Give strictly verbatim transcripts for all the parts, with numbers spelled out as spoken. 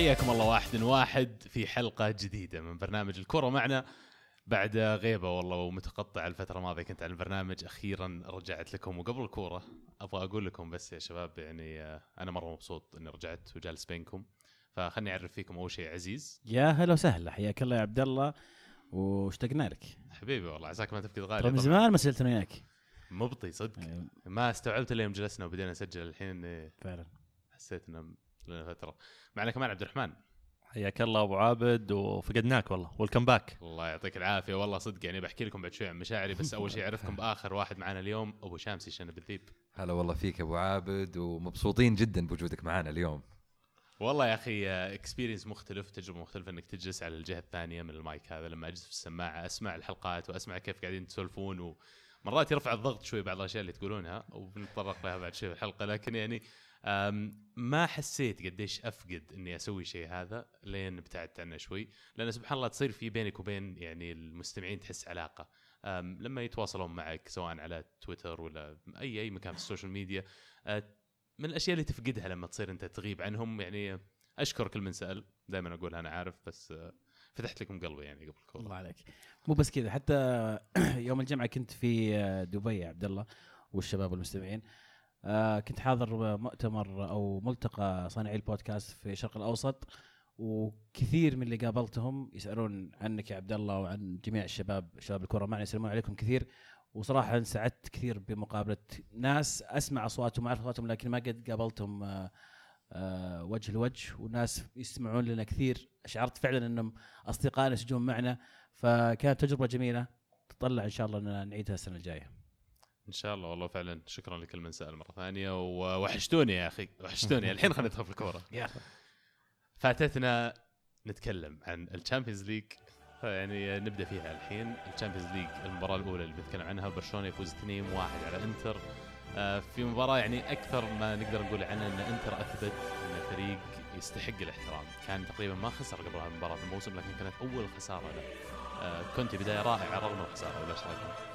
حياكم الله واحد واحد في حلقة جديدة من برنامج الكرة معنا بعد غيبة والله ومتقطع الفترة الماضية. كنت على البرنامج، أخيرا رجعت لكم. وقبل الكرة أبغى أقول لكم بس يا شباب، يعني أنا مرة مبسوط إني رجعت وجالس بينكم. فخلني أعرف فيكم أول شيء عزيز. يا هلا وسهلا، حياك الله يا عبد الله واشتقنا لك حبيبي والله، عساك ما تفقد غالي. من زمان ما سألتنا وياك، مبطي صدق. أيوة. ما استوعبت اليوم جلسنا وبدينا نسجل الحين فعلا حسيت إنه لنا فترة. معنا كمان عبد الرحمن. حياك الله ابو عابد، وفقدناك والله. ويلكم باك. الله يعطيك العافيه والله صدق. يعني بحكي لكم بعد شوي عن مشاعري، بس اول شيء اعرفكم باخر واحد معنا اليوم، ابو شامسي شنب الذيب. هلا والله فيك ابو عابد، ومبسوطين جدا بوجودك معنا اليوم. والله يا اخي اكسبيرينس مختلف، تجربه مختلفه انك تجلس على الجهه الثانيه من المايك هذا. لما اجلس في السماعه اسمع الحلقات واسمع كيف قاعدين تسولفون، ومرات يرفع الضغط شوي بعض الاشياء اللي تقولونها، وبنتطرق لها بعد شوي في الحلقه. لكن يعني ما حسيت قديش أفقد إني أسوي شيء هذا لين ابتعدت عنه شوي، لأن سبحان الله تصير في بينك وبين يعني المستمعين تحس علاقة لما يتواصلون معك سواء على تويتر ولا أي أي مكان في السوشيال ميديا. من الأشياء اللي تفقدها لما تصير أنت تغيب عنهم. يعني أشكر كل من سأل، دائما أقول أنا عارف، بس فتحت لكم قلبي يعني قبل كل. الله عليك. مو بس كذا، حتى يوم الجمعة كنت في دبي يا عبد الله والشباب المستمعين. آه كنت حاضر مؤتمر أو ملتقى صانعي البودكاست في الشرق الأوسط، وكثير من اللي قابلتهم يسألون عنك يا عبد الله وعن جميع الشباب شباب الكرة معنا، يسلمون عليكم كثير. وصراحة انسعدت كثير بمقابلة ناس أسمع أصواتهم وأعرف أصواتهم، لكن ما قد قابلتهم آه آه وجه لوجه، وناس يسمعون لنا كثير. شعرت فعلا أنهم أصدقائنا يسجون معنا، فكانت تجربة جميلة. تطلع إن شاء الله أن نعيدها السنة الجاية إن شاء الله. والله فعلا شكرا لكل من سأل مرة ثانية، ووحشتوني يا أخي وحشتوني. الحين خلينا ندخل في الكورة. فاتتنا نتكلم عن الشامبيونز ليج، يعني نبدأ فيها الحين. الشامبيونز ليج المباراة الأولى اللي بنتكلم عنها، برشلونة يفوز اثنين واحد على إنتر في مباراة يعني أكثر ما نقدر نقول عنها أن إنتر أثبت أن فريق يستحق الاحترام. كان تقريبا ما خسر قبل هذه المباراة في الموسم، لكن كانت أول خسارة له. كونتي بداية رائعة رغم الخسارة، ولا شايفها؟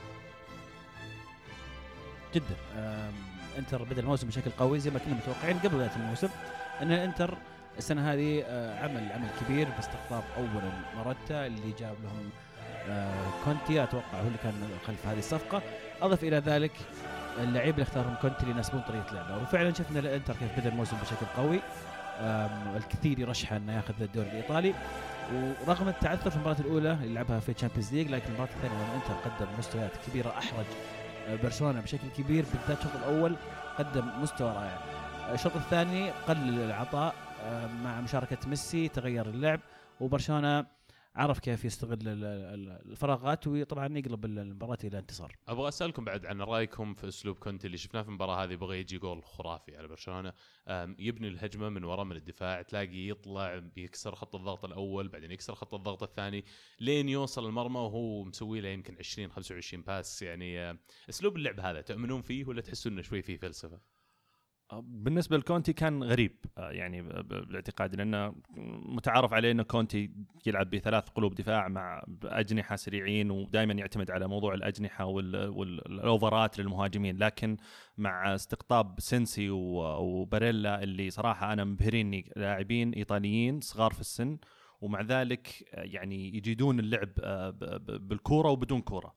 جدا. انتر بدأ الموسم بشكل قوي زي ما كنا متوقعين قبل بداية الموسم، ان الانتر السنة هذه عمل عمل كبير باستقطاب اولا ماروتا اللي جاب لهم كونتي، اتوقع هو اللي كان خلف هذه الصفقة. اضف الى ذلك اللاعب اللي اختارهم كونتي اللي يناسبون طريقة لعبه، وفعلا شفنا الانتر كيف بدأ الموسم بشكل قوي. الكثير يرشح انه ياخذ الدوري الايطالي، ورغم التعثر في المباراة الاولى اللي لعبها في الشامبيونز ليج، لكن المباراة الثانية لما الانتر قدم مستويات كبيرة احرج برشلونة بشكل كبير. بالذات الشوط الأول قدم مستوى رائع. الشوط الثاني قلل العطاء مع مشاركة ميسي، تغير اللعب، وبرشلونة عرف كيف يستغل الفراغات وطبعا يقلب المباراة إلى انتصار. أبغى أسألكم بعد عن رأيكم في أسلوب كونتي اللي شفناه في المباراة هذه. بغى يجي جول خرافي على برشلونة، يبني الهجمة من وراء من الدفاع، تلاقي يطلع يكسر خط الضغط الأول، بعدين يكسر خط الضغط الثاني لين يوصل المرمى، وهو مسوي له يمكن عشرين خمسة وعشرين باس. يعني أسلوب اللعب هذا تؤمنون فيه ولا تحسون إنه شوي فيه فلسفة؟ بالنسبة لكونتي كان غريب يعني بالاعتقاد، لأنه متعارف عليه أنه كونتي يلعب بثلاث قلوب دفاع مع أجنحة سريعين، ودائما يعتمد على موضوع الأجنحة والأوفرات للمهاجمين. لكن مع استقطاب سينسي وباريلا اللي صراحة أنا مبهريني، لاعبين إيطاليين صغار في السن، ومع ذلك يعني يجيدون اللعب بالكورة وبدون كورة.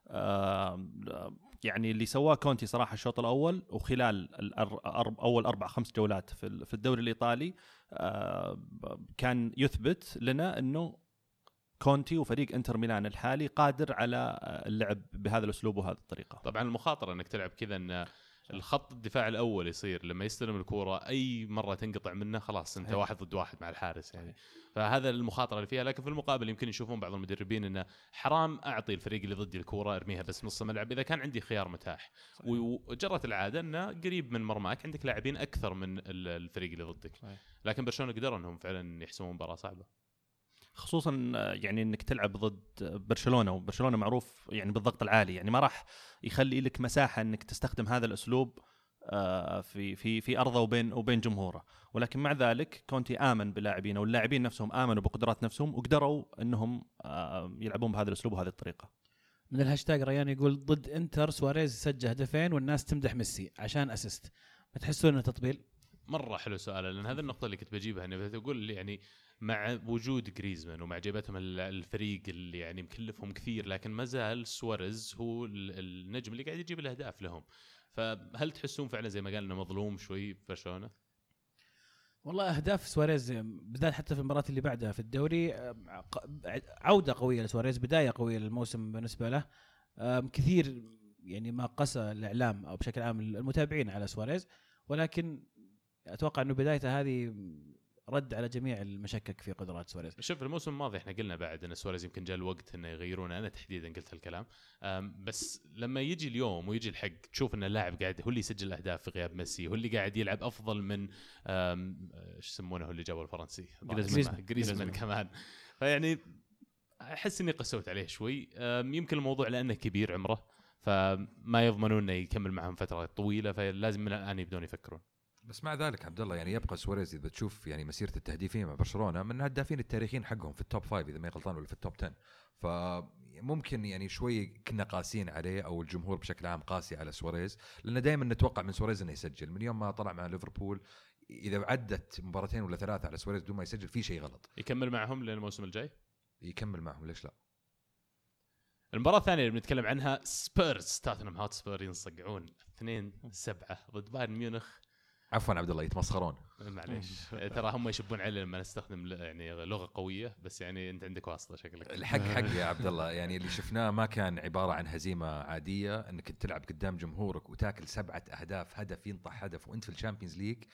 يعني اللي سواه كونتي صراحة الشوط الأول وخلال الأرب أول أربع خمس جولات في الدوري الإيطالي كان يثبت لنا أنه كونتي وفريق انتر ميلان الحالي قادر على اللعب بهذا الأسلوب وهذه الطريقة. طبعا المخاطرة أنك تلعب كذا أن الخط الدفاع الأول يصير لما يستلم الكرة أي مرة تنقطع منه خلاص أنت واحد ضد واحد مع الحارس يعني. فهذا المخاطرة اللي فيها. لكن في المقابل يمكن يشوفون بعض المدربين أنه حرام أعطي الفريق اللي ضدي الكرة أرميها بس نص ملعب إذا كان عندي خيار متاح. وجرت العادة أنه قريب من مرماك عندك لاعبين أكثر من الفريق اللي ضدك. لكن برشلونة قدروا أنهم فعلا يحسمون مباراة صعبة، خصوصا يعني انك تلعب ضد برشلونة، وبرشلونة معروف يعني بالضغط العالي، يعني ما راح يخلي لك مساحة انك تستخدم هذا الاسلوب في في في ارضه وبين وبين جمهوره. ولكن مع ذلك كونتي امن بلاعبين، واللاعبين نفسهم امنوا بقدرات نفسهم وقدروا انهم يلعبون بهذا الاسلوب وهذه الطريقة. من الهاشتاج ريان يقول ضد انتر سواريز سجل هدفين والناس تمدح ميسي عشان اسيست، ما تحسون انه تطبيل؟ مره حلو سؤال، لان هذه النقطه اللي كنت بجيبها اني بتقول يعني مع وجود جريزمان ومع جيبتهم الفريق اللي يعني مكلفهم كثير، لكن ما زال سواريز هو النجم اللي قاعد يجيب الاهداف لهم. فهل تحسون فعلا زي ما قال انه مظلوم شوي برشلونه؟ والله اهداف سواريز بالذات حتى في المباراه اللي بعدها في الدوري عوده قويه لسواريز، بدايه قويه للموسم بالنسبه له. كثير يعني ما قسى الاعلام او بشكل عام المتابعين على سواريز، ولكن اتوقع انه بدايته هذه رد على جميع المشكك في قدرات سواريز. شوف الموسم الماضي احنا قلنا بعد ان سواريز يمكن جاء الوقت انه يغيرونه، انا تحديدا قلت الكلام، بس لما يجي اليوم ويجي الحق تشوف ان اللاعب قاعد هو اللي يسجل الاهداف في غياب ميسي، هو اللي قاعد يلعب افضل من ايش يسمونه اللي جابه الفرنسي جريزمان جريزمان كمان. فيعني احس اني قسوت عليه شوي، يمكن الموضوع لانه كبير عمره فما يضمنون انه يكمل معهم فتره طويله، فلازم من الان يبدون يفكرون. بس مع ذلك عبد الله يعني يبقى سواريز اذا تشوف يعني مسيره التهديفيه مع برشلونه من الهدافين التاريخيين حقهم في التوب فايف اذا ما غلطان ولا في التوب عشرة. فممكن يعني شوي كنا قاسين عليه او الجمهور بشكل عام قاسي على سواريز، لان دائما نتوقع من سواريز انه يسجل. من يوم ما طلع مع ليفربول اذا عدت مباراتين ولا ثلاثه على سواريز بدون ما يسجل في شيء غلط. يكمل معهم للموسم الجاي؟ يكمل معهم ليش لا. المباراة الثانية اللي بنتكلم عنها سبيرز توتنهام هوتسبير ينصقعون اثنين سبعة ضد بايرن ميونخ. عفوا عبد الله يتمسخرون معليش ترى هم يشبون علي لما نستخدم يعني لغة قوية، بس يعني انت عندك واسطة شكلك. الحق حق يا عبد الله، يعني اللي شفناه ما كان عبارة عن هزيمة عادية انك تلعب قدام جمهورك وتاكل سبعة اهداف، هدف ينطح هدف وانت في الشامبيونز ليج.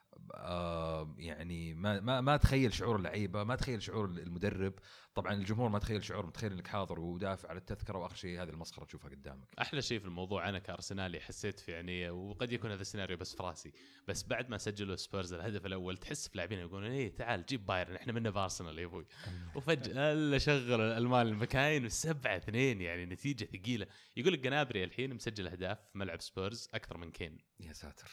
آه يعني ما ما ما تخيل شعور اللعيبه، ما تخيل شعور المدرب، طبعا الجمهور ما تخيل شعور، متخيل انك حاضر ودافع على التذكره، واخر شيء هذه المسخره تشوفها قدامك. احلى شيء في الموضوع انا كارسنالي حسيت في يعني، وقد يكون هذا السيناريو بس في راسي، بس بعد ما سجلوا سبيرز الهدف الاول تحس في لاعبين يقولون ايه تعال جيب بايرن احنا منا بارسنال يا ابوي، وفجاه الا شغل الالمان المكاين وسبعة اثنين يعني نتيجه ثقيله. يقول لك جنابري الحين مسجل اهداف في ملعب سبيرز اكثر من كين. يا ساتر.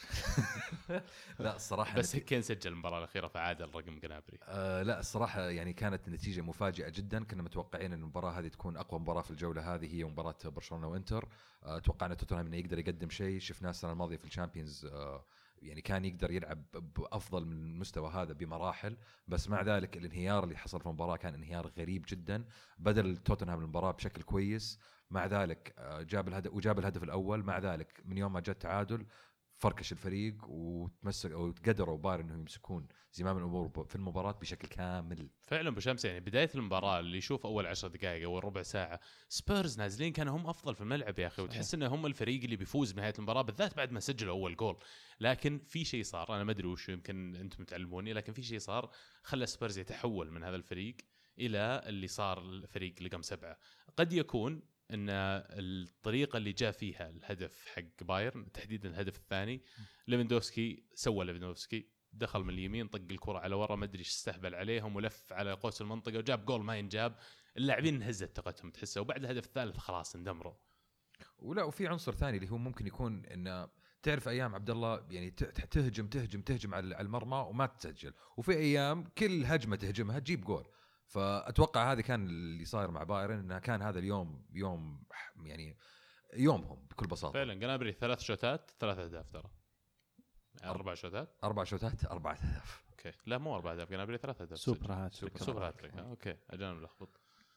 لا الصراحه بس كين سجل المباراه الاخيره فعادل رقم جنابري. آه لا الصراحه يعني كانت النتيجه مفاجئه جدا، كنا متوقعين ان المباراه هذه تكون اقوى مباراه في الجوله هذه، هي مباراه برشلونه وانتر. آه توقعنا توتنهام انه يقدر يقدم شيء، شفناه السنه الماضيه في الشامبيونز آه يعني كان يقدر يلعب بافضل من المستوى هذا بمراحل، بس مع ذلك الانهيار اللي حصل في المباراه كان انهيار غريب جدا. بدل توتنهام المباراه بشكل كويس، مع ذلك آه جاب الهدف وجاب الهدف الاول، مع ذلك من يوم ما جاء التعادل فركش الفريق وتمسك او تقدروا بايرن انهم يمسكون زمام الامور في المباراه بشكل كامل. فعلا بشمس يعني بدايه المباراه اللي يشوف اول عشر دقائق او ربع ساعه سبيرز نازلين كانوا هم افضل في الملعب يا اخي، وتحس انه هم الفريق اللي بيفوز بنهايه المباراه بالذات بعد ما سجلوا اول جول. لكن في شيء صار انا ما ادري وش، يمكن انتم تعلموني، لكن في شيء صار خلى سبيرز يتحول من هذا الفريق الى اللي صار الفريق رقم سبعة. قد يكون ان الطريقه اللي جاء فيها الهدف حق بايرن تحديدا الهدف الثاني، ليفاندوفسكي سوى ليفاندوفسكي دخل من اليمين طق الكره على ورا ما ادري ايش استهبل عليهم ولف على قوس المنطقه وجاب جول ما ينجاب. اللاعبين انهزت ثقتهم تحسه، وبعد الهدف الثالث خلاص اندمروا. ولا وفي عنصر ثاني اللي هو ممكن يكون ان تعرف ايام عبد الله يعني تهجم تهجم تهجم على المرمى وما تسجل، وفي ايام كل هجمه تهجمها تجيب جول. فأتوقع هذا كان اللي صاير مع بايرن، إنها كان هذا اليوم يوم يعني يومهم بكل بساطة. فعلا جنابري ثلاث شوتات ثلاث أهداف، ترى أربع شوتات أربع شوتات أربعة أهداف. أوكي لا مو أربع أهداف، جنابري ثلاث أهداف سوبر هات سوبر, سوبر هات لك. أوكي أجانا ملخبط.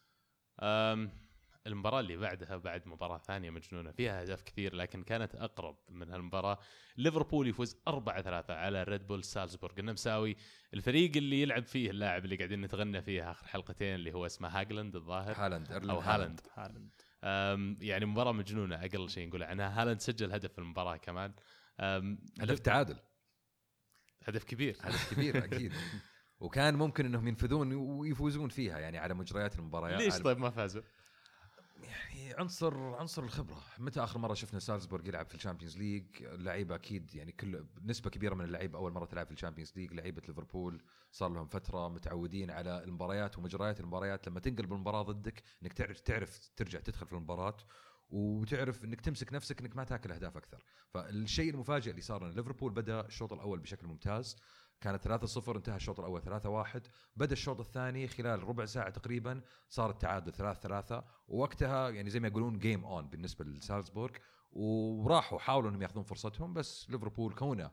المباراة اللي بعدها بعد مباراة ثانية مجنونة فيها أهداف كثير، لكن كانت أقرب من هالمباراة. ليفربول يفوز أربعة ثلاثة على ريد بول سالزبورغ. قلنا مساوي الفريق اللي يلعب فيه اللاعب اللي قاعدين نتغنى فيه آخر حلقتين اللي هو اسمه هاجلاند الظاهر، هالاند أو هالاند, هالاند. يعني مباراة مجنونة أقل شيء نقول عنها. هالاند سجل هدف في المباراة كمان، هدف تعادل، هدف كبير هدف كبير أكيد. وكان ممكن إنهم ينفذون ويفوزون فيها يعني على مجريات المباريات. ليش طيب ما فازوا؟ يعني عنصر عنصر الخبرة. متى آخر مرة شفنا سالزبورغ يلعب في الشامبيونز ليج؟ اللعيبة أكيد يعني كل نسبة كبيرة من اللعيبة أول مرة تلعب في الشامبيونز ليج. لعيبة ليفربول صار لهم فترة متعودين على المباريات ومجريات المباريات، لما تنقلب المباراة ضدك إنك تعرف تعرف ترجع تدخل في المباراة وتعرف إنك تمسك نفسك إنك ما تاكل أهداف أكثر. فالشيء المفاجئ اللي صار إن ليفربول بدأ الشوط الأول بشكل ممتاز، كانت ثلاثة صفر، انتهى الشوط الأول ثلاثة واحد. بدأ الشوط الثاني خلال ربع ساعة تقريبا صار التعادل ثلاثة ثلاثة، ووقتها يعني زي ما يقولون جيم اون بالنسبة لسالزبورغ، وراحوا حاولوا انهم ياخذون فرصتهم، بس ليفربول كونه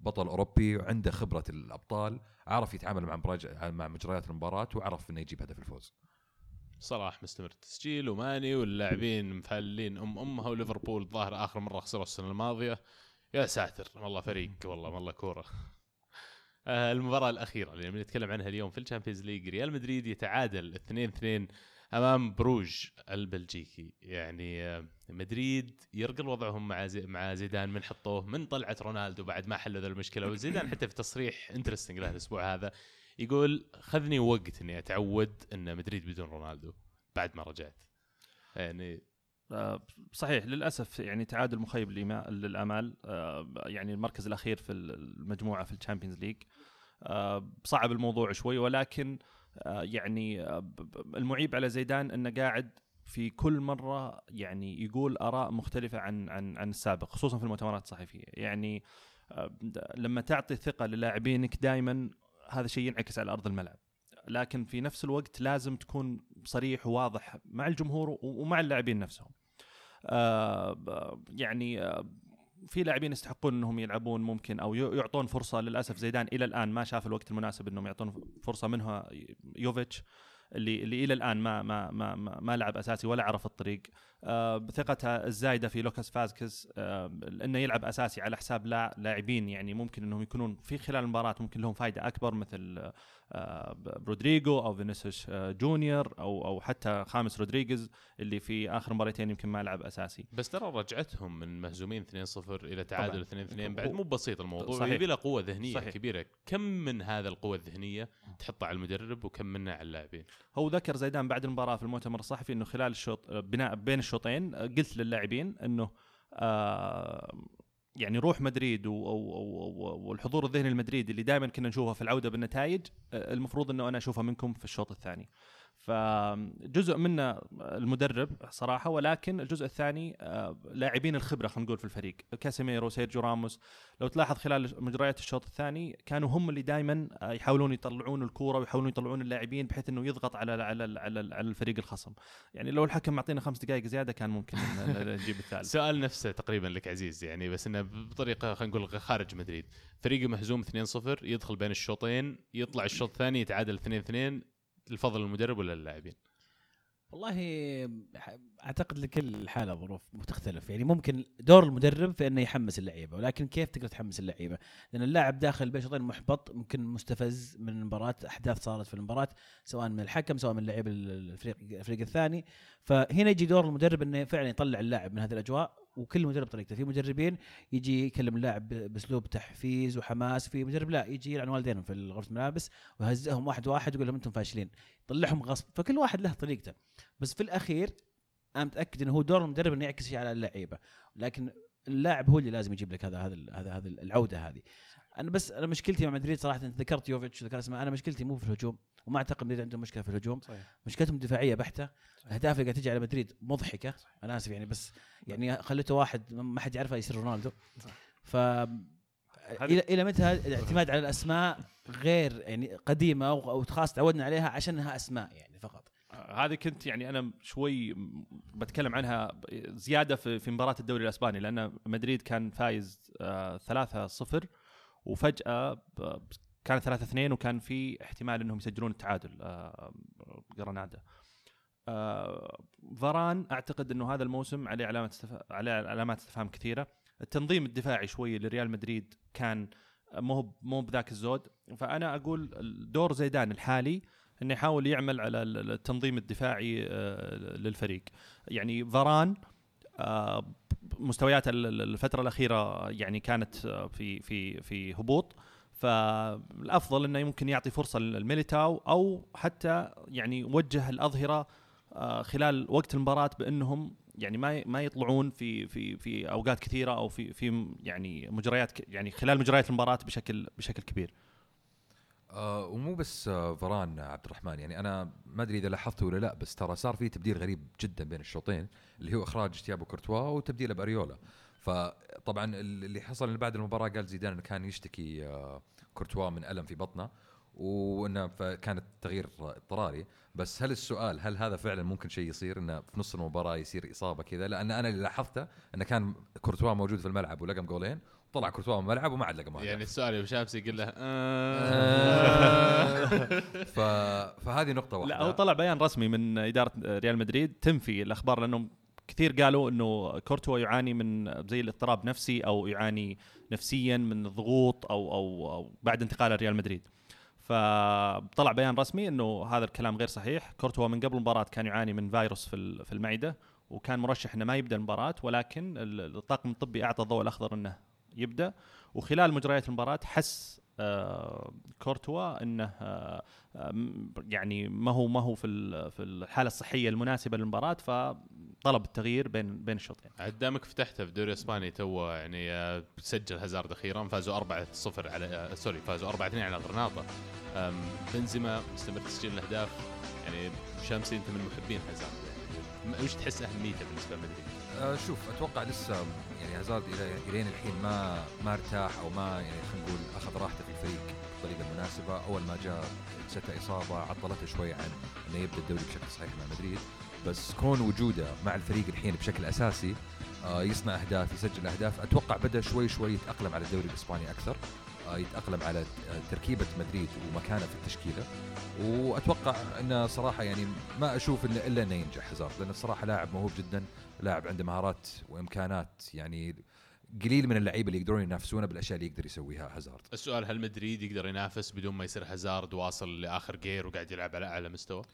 بطل اوروبي وعنده خبره الابطال، عرف يتعامل مع مراجع مع مجريات المباراه وعرف انه يجيب هدف الفوز. صلاح مستمر التسجيل وماني واللاعبين مفلين ام امها، وليفربول ظاهر اخر مره خسروا السنه الماضيه. يا ساتر والله فريق والله والله كوره. آه المباراه الاخيره اللي بنتكلم عنها اليوم في الشامبيونز ليج، ريال مدريد يتعادل اثنين اثنين امام بروج البلجيكي. يعني آه مدريد يرقل وضعهم مع زي مع زيدان من حطوه من طلعه رونالدو بعد ما حلوا ذا المشكله. وزيدان حتى في تصريح انترستنج له الاسبوع هذا يقول خذني وقت اني اتعود ان مدريد بدون رونالدو بعد ما رجعت. يعني صحيح للاسف يعني تعادل مخيب للامال. يعني المركز الاخير في المجموعه في الشامبيونز ليج صعب الموضوع شوي، ولكن يعني المعيب على زيدان انه قاعد في كل مره يعني يقول اراء مختلفه عن عن عن السابق، خصوصا في المؤتمرات الصحفيه. يعني لما تعطي ثقه للاعبينك دائما هذا شيء ينعكس على ارض الملعب، لكن في نفس الوقت لازم تكون صريح وواضح مع الجمهور ومع اللاعبين نفسهم. آه يعني آه في لاعبين يستحقون انهم يلعبون ممكن او يعطون فرصه. للاسف زيدان الى الان ما شاف الوقت المناسب انهم يعطون فرصه، منها يوفيتش اللي اللي الى الان ما ما ما ما لعب اساسي ولا عرف الطريق. آه بثقتها الزايده في لوكاس فازكيز آه انه يلعب اساسي على حساب لاعبين يعني ممكن انهم يكونون في خلال المباراه ممكن لهم فائده اكبر، مثل آه رودريجو او فينيسيوس آه جونيور او او حتى خامس رودريغيز اللي في اخر مباراتين يمكن ما لعب اساسي. بس ترى رجعتهم من مهزومين اثنين صفر الى تعادل اثنين اثنين بعد مو بسيط الموضوع، يبي له قوه ذهنيه صحيح. كبيره. كم من هذا القوه الذهنيه تحطها على المدرب وكم منها على اللاعبين؟ هو ذكر زيدان بعد المباراه في المؤتمر الصحفي انه خلال الشوط بناء بين الشوطين قلت للاعبين انه آه يعني روح مدريد والحضور الذهني المدريدي اللي دائما كنا نشوفه في العوده بالنتائج المفروض انه انا اشوفها منكم في الشوط الثاني. فجزء منه المدرب صراحه، ولكن الجزء الثاني لاعبين الخبره خلينا نقول في الفريق، كاسيميرو سيرجيو راموس. لو تلاحظ خلال مجريات الشوط الثاني كانوا هم اللي دائما يحاولون يطلعون الكوره ويحاولون يطلعون اللاعبين بحيث انه يضغط على على على, على الفريق الخصم. يعني لو الحكم معطينا خمس دقائق زياده كان ممكن نجيب الثالث. سؤال نفسه تقريبا لك عزيز، يعني بس انه بطريقه خلينا نقول خارج مدريد. فريق مهزوم اثنين صفر يدخل بين الشوطين يطلع الشوط الثاني يتعادل اثنين اثنين، الفضل المدرب ولا اللاعبين؟ والله اعتقد لكل حاله ظروف متختلف. يعني ممكن دور المدرب في انه يحمس اللعيبه، ولكن كيف تقدر تحمس اللعيبه؟ لان اللاعب داخل بين شوطين محبط، ممكن مستفز من المباراه، احداث صارت في المباراه سواء من الحكم سواء من لاعب الفريق الفريق الثاني. فهنا يجي دور المدرب انه فعلا يطلع اللاعب من هذه الاجواء، وكل مدرب طريقته. في مدربين يجي يكلم اللاعب باسلوب تحفيز وحماس، في مدرب لا يجي يلعن والدينهم في غرفه الملابس ويهزئهم واحد واحد ويقول لهم انتم فاشلين، يطلعهم غصب. فكل واحد له طريقته، بس في الاخير انا متاكد انه هو دور المدرب انه يعكس شيء على اللعيبه، لكن اللاعب هو اللي لازم يجيب لك هذا هذا هذا هذا العوده هذه. انا بس انا مشكلتي مع مدريد صراحه، انت ذكرت يوفيتش وذكرت اسماء، انا مشكلتي مو في الهجوم، وما اعتقد مدريد عندهم مشكله في الهجوم صحيح. مشكلتهم دفاعيه بحته. الاهداف اللي قاعده تجي على مدريد مضحكه صحيح. انا اسف يعني، بس يعني خليته واحد ما حد يعرفه يصير رونالدو. ف الى الى متى الاعتماد على الاسماء غير يعني قديمه او خاص تعودنا عليها عشانها اسماء يعني فقط؟ هذه كنت يعني انا شوي بتكلم عنها زياده في في مباراه الدوري الاسباني، لان مدريد كان فايز ثلاثة صفر وفجاه كان ثلاثة اثنين وكان في احتمال انهم يسجلون التعادل جرانادا. فاران اعتقد انه هذا الموسم عليه علامه استف... عليه علامات استفهام كثيره. التنظيم الدفاعي شوي لريال مدريد كان مو مو بذاك الزود. فانا اقول دور زيدان الحالي انه يحاول يعمل على التنظيم الدفاعي للفريق. يعني فاران مستويات الفتره الاخيره يعني كانت في في في هبوط، فالافضل انه يمكن يعطي فرصه للميليتاو او حتى يعني يوجه الاظهره خلال وقت المباراه بانهم يعني ما ما يطلعون في في في اوقات كثيره او في في يعني مجريات يعني خلال مجريات المباراه بشكل بشكل كبير. آه ومو بس آه فران عبد الرحمن، يعني انا ما ادري اذا لاحظته ولا لا، بس ترى صار في تبديل غريب جدا بين الشوطين اللي هو اخراج تيابو كورتوا وتبديله باريولا. فطبعا اللي حصل بعد المباراه قال زيدان انه كان يشتكي آه كورتوا من الم في بطنه وانه فكانت تغيير اضطراري. بس هل السؤال هل هذا فعلا ممكن شيء يصير انه في نص المباراه يصير اصابه كذا؟ لان انا اللي لاحظته انه كان كورتوا موجود في الملعب ولقم جولين طلع كورتوا من الملعب وما عاد لقى مهاجم. يعني السؤال يا شامسي يقول له ف... فهذه نقطة واحدة. لا هو طلع بيان رسمي من إدارة ريال مدريد تنفي الأخبار، لأنه كثير قالوا إنه كورتوا يعاني من زي الاضطراب نفسي أو يعاني نفسيا من الضغوط أو أو, أو بعد انتقاله ريال مدريد. فطلع بيان رسمي إنه هذا الكلام غير صحيح. كورتوا من قبل المباراة كان يعاني من فيروس في في المعدة وكان مرشح إنه ما يبدأ المباراة، ولكن الطاقم الطبي أعطى الضوء الأخضر إنه يبدأ. وخلال مجريات المباراة حس آه كورتوا انه آه يعني ما هو ما هو في في الحاله الصحيه المناسبه للمباراه، فطلب التغيير بين بين الشوطين. قدامك فتحته في الدوري الاسباني تو يعني آه سجل هازارد اخيرا، فازوا أربعة صفر على آه سوري فازوا أربعة اثنين على غرناطه. بنزيما مستمر تسجيل الاهداف. يعني شامسي انت من محبين هازارد، يعني وش تحس اهميته بالنسبه لمدريد؟ آه شوف اتوقع لسه يعني هازارد الى الين الحين ما ما ارتاح او ما يعني خلينا نقول اخذ راحته في الفريق بالطريقه المناسبه. اول ما جاء جته اصابه عطلته شوي عن انه يبدا الدوري بشكل صحيح مع مدريد، بس كون وجوده مع الفريق الحين بشكل اساسي آه يصنع اهداف يسجل اهداف، اتوقع بدا شوي شوي يتاقلم على الدوري الاسباني اكثر، آه يتاقلم على تركيبه مدريد ومكانه في التشكيله. واتوقع انه صراحه يعني ما اشوف إلا, الا انه ينجح هازارد، لانه الصراحه لاعب موهوب جدا، لاعب عنده مهارات وامكانات يعني قليل من اللعيبه اللي يقدرون ينافسونه بالاشياء اللي يقدر يسويها هازارد. السؤال هل مدريد يقدر ينافس بدون ما يصير هازارد واصل لاخر جير وقاعد يلعب على اعلى مستوى؟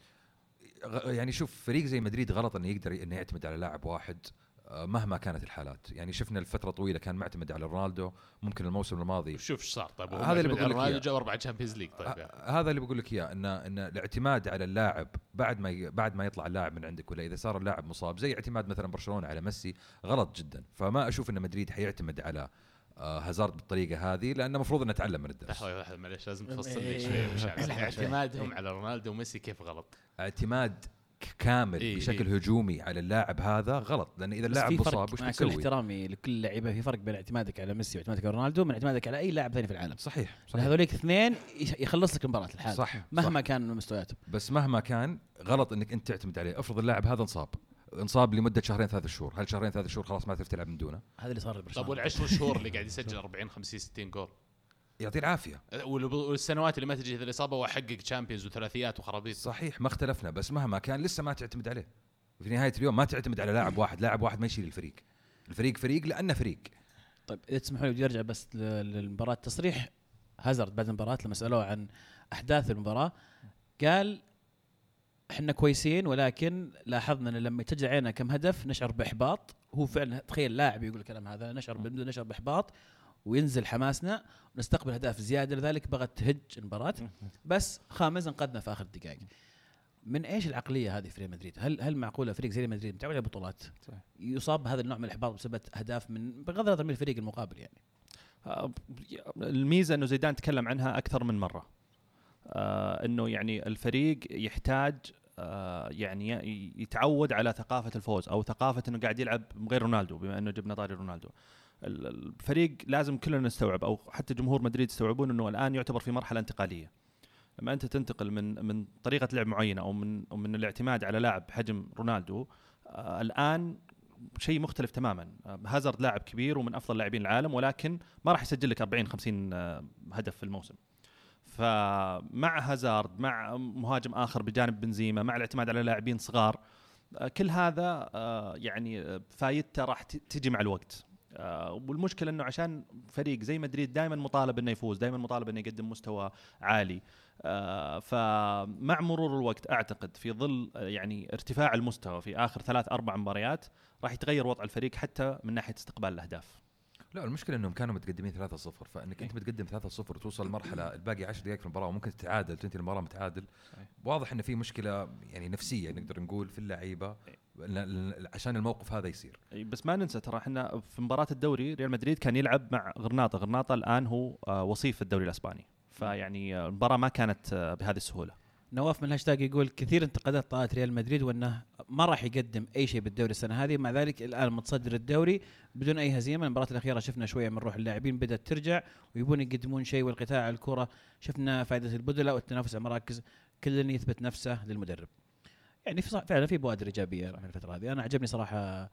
يعني شوف فريق زي مدريد غلط انه يقدر انه يعتمد على لاعب واحد مهما كانت الحالات. يعني شفنا الفتره طويله كان معتمد على رونالدو، ممكن الموسم الماضي شوف ايش صار. طيب هذا اللي بقول لك رونالدو جاب أربعة تشامبيونز ليج. طيب يعني. هذا اللي بقول لك اياه ان ان الاعتماد على اللاعب بعد ما ي... بعد ما يطلع اللاعب من عندك، ولا اذا صار اللاعب مصاب زي اعتماد مثلا برشلونه على ميسي غلط جدا. فما اشوف ان مدريد حيعتمد على هازارد بالطريقه هذه، لانه المفروض انه نتعلم من الدرس. لحظه واحده معلش لازم تفصل لي شوي مش اعتمادهم على رونالدو وميسي كيف غلط؟ اعتماد كامل إيه بشكل إيه هجومي على اللاعب هذا غلط، لان اذا اللاعب مصاب وش بتسوي؟ مع كل احترامي لكل اللعيبه في فرق بين اعتمادك على ميسي واعتمادك على رونالدو من اعتمادك على اي لاعب ثاني في العالم. صحيح, صحيح. هذوليك اثنين يخلص لك المباراه الحالة صح مهما صح. كان مستوياتهم. بس مهما كان غلط انك انت تعتمد عليه. افرض اللاعب هذا انصاب انصاب لمده شهرين ثلاث شهور، هل شهرين ثلاث شهور خلاص ما تقدر تلعب من دونه؟ هذا اللي صار لبرشلونه. طب والعشر شهور اللي قاعد يسجل أربعين خمسين ستين جول يعطيه العافيه، والسنوات اللي ما تجي هذه الاصابه وحقق تشامبيونز وثلاثيات وخرابيط. صحيح ما اختلفنا، بس مهما كان لسه ما تعتمد عليه. في نهايه اليوم ما تعتمد على لاعب واحد، لاعب واحد ما يشيل الفريق. الفريق فريق لانه فريق. طيب اذا تسمحوا لي بدي ارجع بس للمباراه. تصريح هازارد بعد المباراه لما سالوه عن احداث المباراه قال احنا كويسين، ولكن لاحظنا ان لما تجي علينا كم هدف نشعر باحباط. هو فعلا تخيل لاعب يقول الكلام هذا، نشعر نشعر باحباط وينزل حماسنا ونستقبل اهداف زياده، لذلك بغت تهج المباراه بس خامس انقذنا في اخر الدقائق. من ايش العقليه هذه في ريال مدريد؟ هل هل معقوله فريق زي ريال مدريد متعود على بطولات يصاب بهذا النوع من الاحباط بسبب اهداف من بغض النظر من الفريق المقابل؟ يعني الميزه انه زيدان تكلم عنها اكثر من مره، آه انه يعني الفريق يحتاج آه يعني يتعود على ثقافه الفوز او ثقافه انه قاعد يلعب من غير رونالدو. بما انه جبنا طاري رونالدو، الفريق لازم كلنا نستوعب او حتى جمهور مدريد يستوعبون انه الان يعتبر في مرحله انتقاليه. لما انت تنتقل من من طريقه لعب معينه او من أو من الاعتماد على لاعب حجم رونالدو، آه الان شيء مختلف تماما. آه هازارد لاعب كبير ومن افضل لاعبين العالم، ولكن ما راح يسجل لك أربعين خمسين آه هدف في الموسم. فمع هازارد مع مهاجم اخر بجانب بنزيما مع الاعتماد على لاعبين صغار، آه كل هذا آه يعني فايدته راح تجي مع الوقت. آه والمشكله انه عشان فريق زي مدريد دائما مطالب انه يفوز، دائما مطالب انه يقدم مستوى عالي، آه فمع مرور الوقت اعتقد في ظل يعني ارتفاع المستوى في اخر ثلاث اربع مباريات راح يتغير وضع الفريق حتى من ناحيه استقبال الاهداف. لا المشكله انهم كانوا متقدمين ثلاثة صفر، فانك انت متقدم ثلاثة صفر وتوصل المرحله الباقي عشر دقائق في المباراه وممكن تتعادل تنتهي المباراه متعادل. واضح ان في مشكله يعني نفسيه نقدر نقول في اللعيبه عشان الموقف هذا يصير. بس ما ننسى ترى احنا في مباراه الدوري ريال مدريد كان يلعب مع غرناطه، غرناطه الان هو وصيف الدوري الاسباني، فيعني المباراه ما كانت بهذه السهوله. نواف من الهاشتاج يقول كثير انتقادات طالت ريال مدريد وانه ما راح يقدم اي شيء بالدوري السنه هذه، مع ذلك الان متصدر الدوري بدون اي هزيمه. المباراه الاخيره شفنا شويه من روح اللاعبين بدات ترجع ويبون يقدمون شيء، والقطاع على الكره شفنا فائده البدلاء والتنافس على مراكز، كل يثبت نفسه للمدرب. يعني في فعلا في بوادر ايجابيه من الفتره هذه. انا عجبني صراحه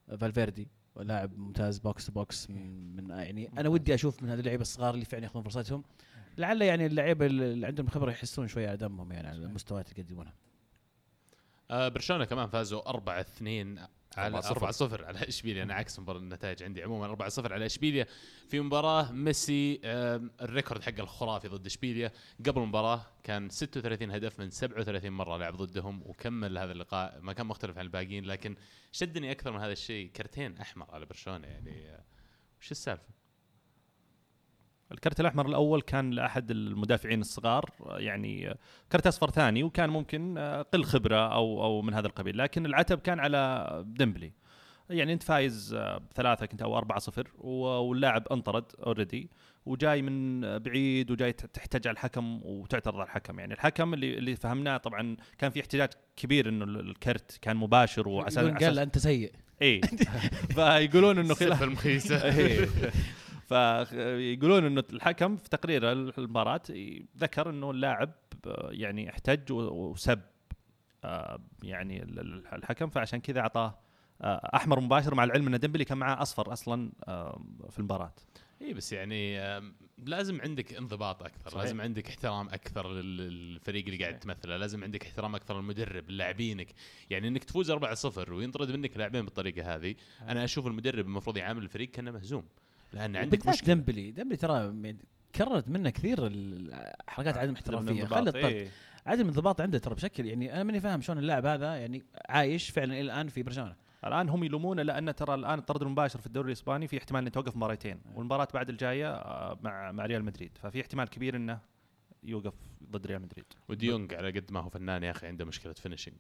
فالفيردي لاعب ممتاز بوكس بوكس من, من يعني انا ودي اشوف من هذه اللعيبه الصغار اللي فعلا ياخذون فرصتهم، لعل يعني اللعيبه اللي عندهم خبره يحسون شويه على دمهم يعني على المستويات اللي يقدمونها. آه برشلونه كمان فازوا أربعة اثنين على أربعة صفر على اشبيليا. انا عكس مباراه النتائج عندي عموما أربعة صفر على اشبيليا في مباراه ميسي آه الريكورد حق الخرافي ضد اشبيليا. قبل المباراه كان ستة وثلاثين هدف من سبعة وثلاثين مره لعب ضدهم، وكمل هذا اللقاء ما كان مختلف عن الباقيين. لكن شدني اكثر من هذا الشيء كرتين احمر على برشلونه، يعني آه وش السالفه؟ الكرت الأحمر الأول كان لأحد المدافعين الصغار، يعني كرت أصفر ثاني، وكان ممكن قل خبرة أو أو من هذا القبيل، لكن العتب كان على ديمبلي. يعني أنت فايز بثلاثة كنت أو أربعة صفر واللاعب انطرد أوريدي وجاي من بعيد وجاي تحتاج على الحكم وتعترض على الحكم. يعني الحكم اللي اللي فهمناه طبعا كان في احتجاج كبير إنه الكرت كان مباشر وعسى قال أنت سيء. إيه فيقولون إنه خلاف المخيسة. فيقولون انه الحكم في تقرير المباراة ذكر انه اللاعب يعني احتج وسب يعني الحكم، فعشان كذا اعطاه احمر مباشر، مع العلم ان ديمبلي كان معاه اصفر اصلا في المباراة. اي بس يعني لازم عندك انضباط اكثر. صحيح. لازم عندك احترام اكثر للفريق اللي قاعد تمثله، لازم عندك احترام اكثر للمدرب لاعبينك. يعني انك تفوز أربعة صفر وينطرد منك لاعبين بالطريقه هذه، انا اشوف المدرب المفروض يعامل الفريق كانه مهزوم، لان عندك مشكله. ديمبلي ديمبلي ترى كررت منه كثير الحركات عدم احترافيه، خلي الطرد إيه. عدم الانضباط عنده ترى بشكل، يعني انا ماني فاهم شلون اللاعب هذا يعني عايش فعلا الى الان في برشلونه. الان هم يلومونه لان ترى الان الطرد المباشر في الدوري الاسباني في احتمال انه يتوقف مباراتين، والمباراه بعد الجايه مع مع ريال مدريد، ففي احتمال كبير انه يوقف ضد ريال مدريد. وديونج على قد ما هو فنان يا اخي عنده مشكله فينيشنج.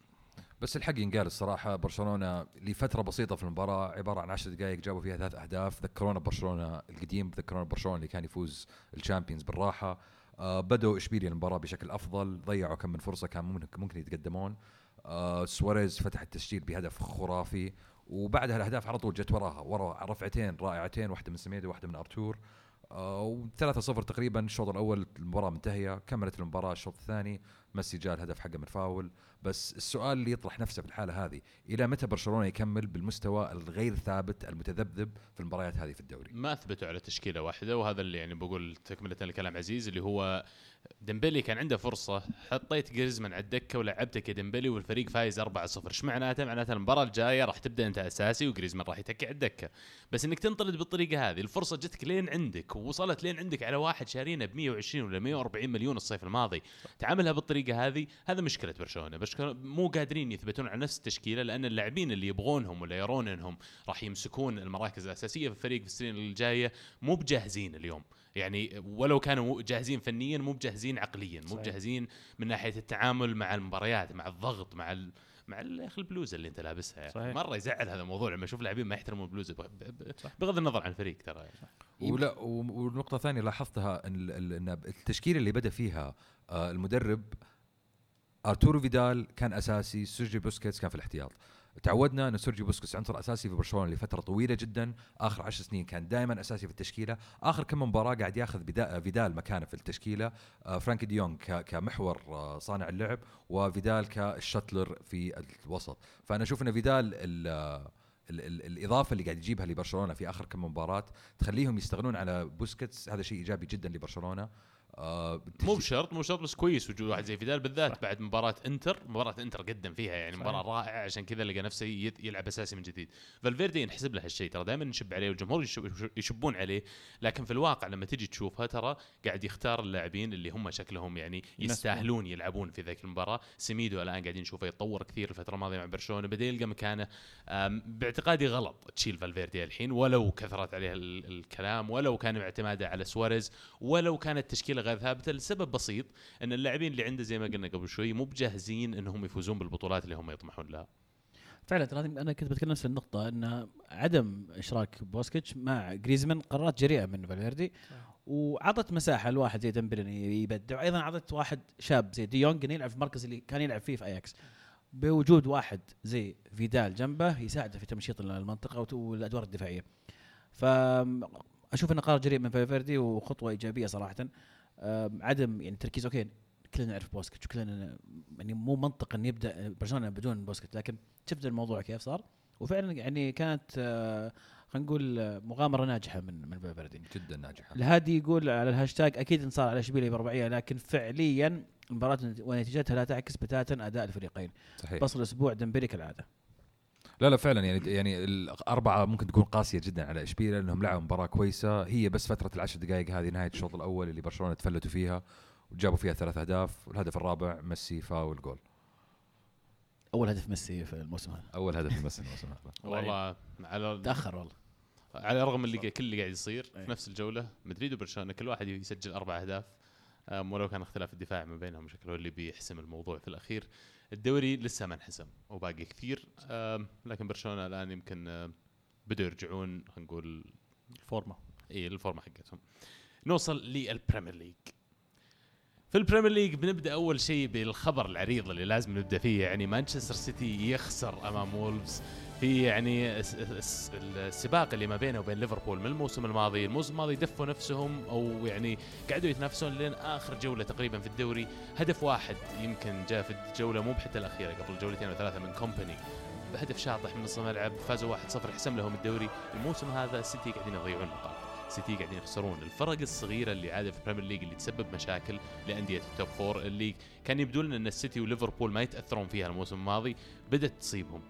بس الحق ينقال الصراحة برشلونة لفترة بسيطة في المباراة عبارة عن عشر دقائق جابوا فيها ثلاث أهداف، ذكرونا برشلونة القديم، ذكرونا برشلونة اللي كان يفوز الشامبيونز بالراحة. آه بدوا إشبيليا المباراة بشكل أفضل، ضيعوا كم من فرصة كان ممكن ممكن يتقدمون. آه سواريز فتح التسجيل بهدف خرافي، وبعدها الأهداف على طول جت وراها ورا رفعتين رائعتين، واحدة من سميدو وواحدة من أرتور. آه وثلاثة صفر تقريبا الشوط الأول، المباراة منتهية. كملت المباراة الشوط الثاني، ميسي جاء الهدف حقه من فاول. بس السؤال اللي يطرح نفسه في الحالة هذه، إلى متى برشلونة يكمل بالمستوى الغير ثابت المتذبذب في المباريات هذه في الدوري؟ ما أثبتوا على تشكيلة واحدة، وهذا اللي يعني بقول تكملة لكلام عزيز، اللي هو ديمبلي كان عنده فرصة، حطيت جريزمان على الدكة ولعبتك يا ديمبلي والفريق فايز أربعة صفر. ايش معناته؟ معناته المباراة الجاية راح تبدأ أنت أساسي وجريزمان راح يتكي على الدكة. بس إنك تنطرد بالطريقة هذه، الفرصة جتك لين عندك ووصلت لين عندك على واحد شارينه ب مية وعشرين ولا مية وأربعين مليون الصيف الماضي، تعاملها بالطريقة هذه، هذا مشكلة برشلونة. برشلونة مو قادرين يثبتون على نفس التشكيلة، لأن اللاعبين اللي يبغونهم ولا يرون إنهم راح يمسكون المراكز الأساسية في الفريق في السنين الجاية مو بجاهزين اليوم. يعني ولو كانوا جاهزين فنيا مو بجاهزين عقليا، مو بجاهزين من ناحية التعامل مع المباريات، مع الضغط، مع ال... مع الاخ البلوزه اللي انت لابسها يعني. مره يزعل هذا الموضوع لما اشوف لاعبين ما يحترموا البلوزه بغض النظر عن الفريق ترى. ولا ونقطه ثانيه لاحظتها ان التشكيله اللي بدا فيها المدرب ارتورو فيدال كان اساسي، سيرجيو بوسكيتس كان في الاحتياط. تعودنا ان سيرجيو بوسكيتس عنصر اساسي في برشلونه لفتره طويله جدا، اخر عشر سنين كان دائما اساسي في التشكيله. اخر كم مباراه قاعد ياخذ فيدال مكانه في التشكيله، فرانكي ديونغ كمحور صانع اللعب، وفيدال كالشتلر في الوسط. فانا اشوف ان فيدال ال ال ال الإضافة اللي قاعد يجيبها لبرشلونة في آخر كم مباراة تخليهم يستغنون على بوسكيتس، هذا شيء إيجابي جدا لبرشلونة. آه مو بشرط مو شرط بس كويس وجود واحد زي فيدال بالذات. صح. بعد مباراة انتر مباراة انتر قدم فيها يعني صحيح. مباراة رائعة، عشان كذا لقى نفسه يلعب اساسي من جديد. فالفيردي ينحسب له هالشيء، ترى دائما نشب عليه والجمهور يشبون عليه، لكن في الواقع لما تيجي تشوفها ترى قاعد يختار اللاعبين اللي هم شكلهم يعني يستاهلون يلعبون في ذاك المباراة. سميدو الان قاعدين نشوفه يتطور كثير الفترة الماضية مع برشلونة، بدا يلقى مكانه. باعتقادي غلط تشيل فالفيردي الحين ولو كثرت عليه الكلام، ولو كان اعتماده على سواريز، ولو كانت تشكيلة غير ثابتة، لسبب بسيط ان اللاعبين اللي عنده زي ما قلنا قبل شوي مو بجاهزين انهم يفوزون بالبطولات اللي هم يطمحون لها. فعلا انا كنت بتكلم نفس النقطه، ان عدم اشراك بوسكيتش مع جريزمان قرارات جريئه من فالفيردي، وعطت مساحه لواحد زي ديمبلي يبدع، وايضا عطت واحد شاب زي ديونغ انه يلعب في المركز اللي كان يلعب فيه في اياكس، بوجود واحد زي فيدال جنبه يساعده في تمشيط المنطقه والادوار الدفاعيه. فاشوف انه قرار جريء من فالفيردي وخطوه ايجابيه صراحه. عدم يعني تركيز، اوكي كلنا نعرف بوسكيتش وكلنا يعني مو منطق ان يبدا برشلونه بدون بوسكيتش، لكن شفت الموضوع كيف صار وفعلا يعني كانت آه خلينا نقول مغامره ناجحه من من فالفيردي جدا ناجحه. الهادي يقول على الهاشتاج اكيد انتصار على اشبيليه برباعيه، لكن فعليا المباراه ونتيجتها لا تعكس بتاتا اداء الفريقين. صحيح. بصل اسبوع ديمبلي كالعاده. لا لا فعلا يعني يعني الأربعة ممكن تكون قاسية جدا على إشبيلية لأنهم لعبوا مباراة كويسة، هي بس فترة العشر دقائق هذه نهاية الشوط الأول اللي برشلونة تفلتوا فيها وجابوا فيها ثلاث أهداف، والهدف الرابع ميسي فاول جول. أول هدف ميسي في الموسم هذا. أول هدف ميسي الموسم هذا. والله على تأخر والله. على الرغم اللي كل اللي قاعد يصير في نفس الجولة مدريد وبرشلونة كل واحد يسجل أربع أهداف، ولو كان اختلاف الدفاع ما بينهم شكله اللي بيحسم الموضوع في الأخير. الدوري لسه ما انحسم وباقي كثير، لكن برشلونة الآن يمكن بدوا يرجعون خلينا نقول الفورمة إيه الفورمة حقتهم. نوصل للبريمير ليج. في البريمير ليج بنبدأ أول شيء بالخبر العريض اللي لازم نبدأ فيه، يعني مانشستر سيتي يخسر أمام وولفز في يعني السباق اللي ما بينه وبين ليفربول من الموسم الماضي. الموسم الماضي دفوا نفسهم أو يعني قاعدوا يتنافسون لين آخر جولة تقريبا في الدوري. هدف واحد يمكن جاء في الجولة مو بحتى الأخيرة قبل جولتين وثلاثة من كومباني بهدف شاطح من نص الملعب، فازوا واحد صفر يحسم لهم الدوري. الموسم هذا السيتي قاعدين يضيعون نقاط، سيتي قاعدين يخسرون. الفرق الصغيرة اللي عادة في البريمير ليج اللي تسبب مشاكل لأندية التوب فور اللي كان يبدو لنا أن السيتي وليفربول ما يتأثرون فيها الموسم الماضي بدأت تصيبهم.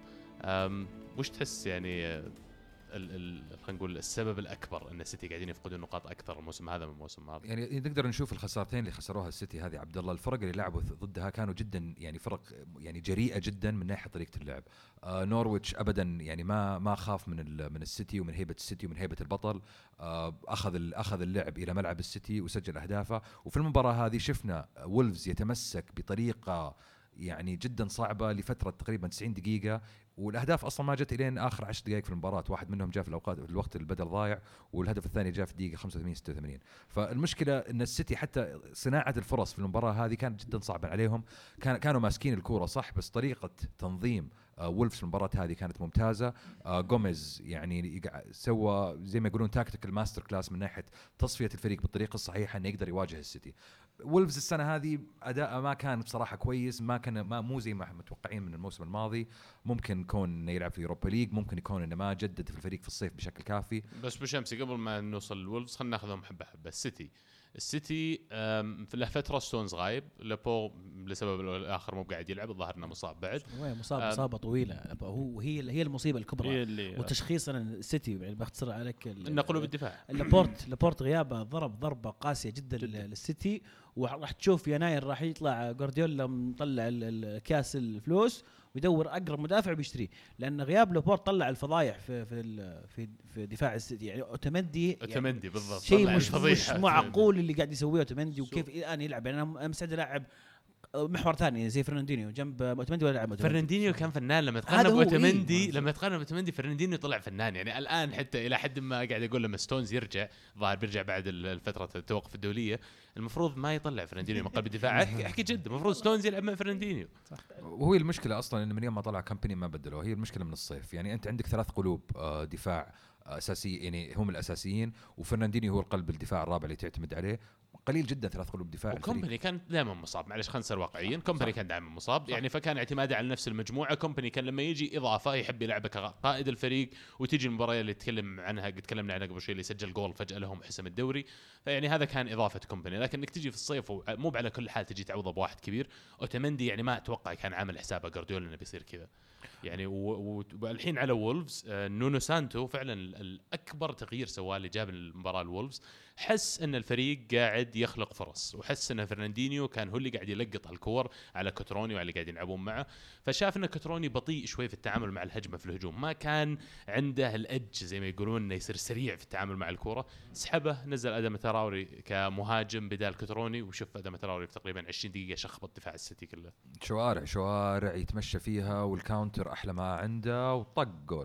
وش تحس يعني خلينا نقول السبب الأكبر أن السيتي قاعدين يفقدون نقاط أكثر الموسم هذا من الموسم الماضي؟ يعني نقدر نشوف الخسارتين اللي خسروها السيتي هذه عبد الله، الفرق اللي لعبوا ضدها كانوا جدا يعني فرق يعني جريئة جدا من ناحية طريقة اللعب. آه نورويتش أبدا يعني ما ما خاف من من السيتي ومن هيبة السيتي ومن هيبة البطل. آه أخذ أخذ اللعب إلى ملعب السيتي وسجل أهدافه. وفي المباراة هذه شفنا وولفز يتمسك بطريقة يعني جدا صعبة لفترة تقريبا تسعين دقيقة، والاهداف اصلا ما جت الين اخر عشر دقائق في المباراه. واحد منهم جاء في الاوقات في الوقت البدل ضايع، والهدف الثاني جاء في الدقيقه خمسة وثمانين ستة وثمانين. فالمشكله ان السيتي حتى صناعه الفرص في المباراه هذه كانت جدا صعبه عليهم. كان كانوا ماسكين الكوره صح، بس طريقه تنظيم آه وولفز في المباراه هذه كانت ممتازه. آه جوميز يعني سوى زي ما يقولون تاكتيكال ماستر كلاس من ناحيه تصفيه الفريق بالطريقه الصحيحه انه يقدر يواجه السيتي. وولفز السنه هذه اداءه ما كان بصراحه كويس، ما كان ما مو زي ما متوقعين من الموسم الماضي. ممكن يكون يلعب في يوروبا ليج، ممكن يكون انه ما جدد في الفريق في الصيف بشكل كافي. بس بشمسي قبل ما نوصل للولفز خلينا ناخذهم حبه حبه. السيتي السيتي في له فتره ستونز غايب، لابو لسبب الاخر مو قاعد يلعب، الظاهر انه مصاب بعد. هو مصاب اصابه طويله، هو هي هي المصيبه الكبرى. وتشخيص السيتي يعني بختصر عليك النقل بالدفاع. لابورت لابورت غيابه ضرب ضربه قاسيه جدا, جداً للسيتي. وراح تشوف يناير راح يطلع جوارديولا مطلع الكاس الفلوس ويدور اقرب مدافع بيشتريه، لان غياب لابورت طلع الفضايح في في في في دفاع السيتي. يعني اوتمندي اوتمندي يعني بالضبط شيء مش, مش معقول اللي قاعد يسويه اوتمندي، وكيف الان يلعب. يعني انا مستعد العب محور ثاني زي فرناندينيو جنب اوتمندي ولا لاعب. فرناندينيو كان فنان لما تقارن باوتمندي، إيه؟ لما تقارن باوتمندي فرناندينيو طلع فنان. يعني الان حتى الى حد ما قاعد اقول لما ستونز يرجع ظاهر بيرجع بعد الفتره التوقف الدوليه، المفروض ما يطلع فرناندينيو من قلب الدفاع. احكي جد، المفروض ستونز يلعب مع فرناندينيو. وهو المشكله اصلا ان من يوم ما طلع كامباني ما بدلوه. هي المشكله من الصيف. يعني انت عندك ثلاث قلوب دفاع اساسي، يعني هم الاساسيين، وفرناندينيو هو القلب الدفاع الرابع اللي تعتمد عليه. قليل جدا ثلاث قلوب دفاع. وكومباني كان دائما مصاب، معلش خلينا نصير واقعيين، كومباني كان دائما مصاب. صح. يعني فكان اعتماده على نفس المجموعه. كومباني كان لما يجي اضافه يحب يلعبك قائد الفريق، وتيجي المباراه اللي تكلم عنها قد تكلمنا عنها قبل شوي اللي سجل جول فجاه لهم حسم الدوري. فيعني هذا كان اضافه كومباني. لكن انك تجي في الصيف مو على كل حال تجي تعوضه بواحد كبير. اوتمندي يعني ما اتوقع كان عامل حسابه جوارديولا انه بيصير كذا. يعني والحين على وولفز نونو سانتو فعلا الأكبر تغيير سواه اللي جاب المباراة الوولفز. حس أن الفريق قاعد يخلق فرص، وحس أن فرناندينيو كان هو اللي قاعد يلقط الكور على كوتروني وعلى اللي قاعد يلعبون معه. فشاف أن كوتروني بطيء شوي في التعامل مع الهجمة في الهجوم، ما كان عنده الأدج زي ما يقولون أنه يصير سريع في التعامل مع الكرة. سحبه، نزل أدم تراوري كمهاجم بدال كوتروني، وشوف أدم تراوري في تقريبا عشرين دقيقة شخبط دفاع السيتي كله. شوارع شوارع يتمشى فيها، والكاونتر أحلى ما عنده، وطق جول.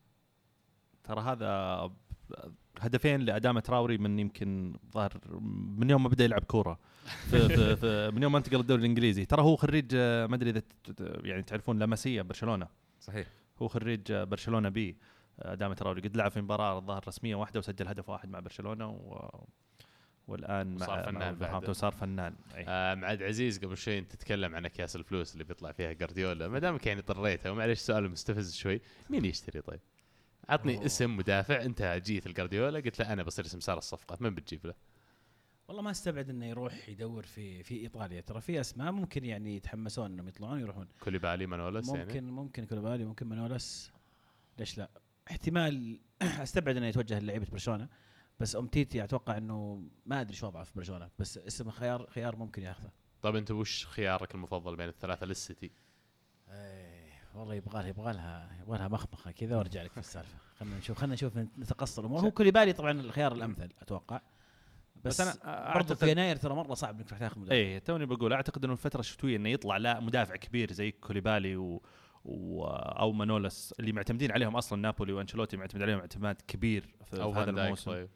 ترى هذا هدفين لأدامة تراوري من يمكن ظهر من يوم ما بدأ يلعب كورة في في في من يوم ما انتقل الدوري الإنجليزي. ترى هو خريج ما أدري إذا يعني تعرفون لاماسيا برشلونة. صحيح، هو خريج برشلونة بي. أدامة تراوري قد لعب في مباراة الظاهر رسمية واحدة وسجل هدف واحد مع برشلونة، و والان وصار مع فنان بعد. وصار فنان. آه معد عزيز قبل شوي انت تتكلم عن اكياس الفلوس اللي بيطلع فيها جارديولا، ما دامك يعني طريتها ومعليش سؤال مستفز شوي، مين يشتري طيب؟ عطني أوه. اسم مدافع انت جيت الجارديولا قلت له انا بصير سمسار الصفقه، من بتجيب له؟ والله ما استبعد انه يروح يدور في في ايطاليا، ترى في اسماء ممكن يعني يتحمسون انهم يطلعون يروحون. كوليبالي، مانولس ممكن يعني ممكن كوليبالي، ممكن مانولس، ليش لا؟ احتمال استبعد انه يتوجه للعيبه برشلونه، بس امتيتي اتوقع انه ما ادري شو وضعه في برشلونه، بس اسم خيار خيار ممكن ياخذه. طيب انت وش خيارك المفضل بين الثلاثه للسيتي؟ ايه والله يبغى لها يبغى لها يبغى لها مخمخه كذا وارجع لك في السالفه. خلينا نشوف خلينا نشوف نتقص الامور. هو كوليبالي طبعا الخيار الامثل اتوقع، بس, بس انا برضه في يناير ترى مره صعب انك تاخذ مدافع. ايه توني بقول اعتقد انه الفتره الشتويه انه يطلع لا مدافع كبير زي كوليبالي و و او مانولس اللي معتمدين عليهم اصلا نابولي وانشيلوتي معتمد عليهم اعتماد كبير في أو هذا الموسم. طيب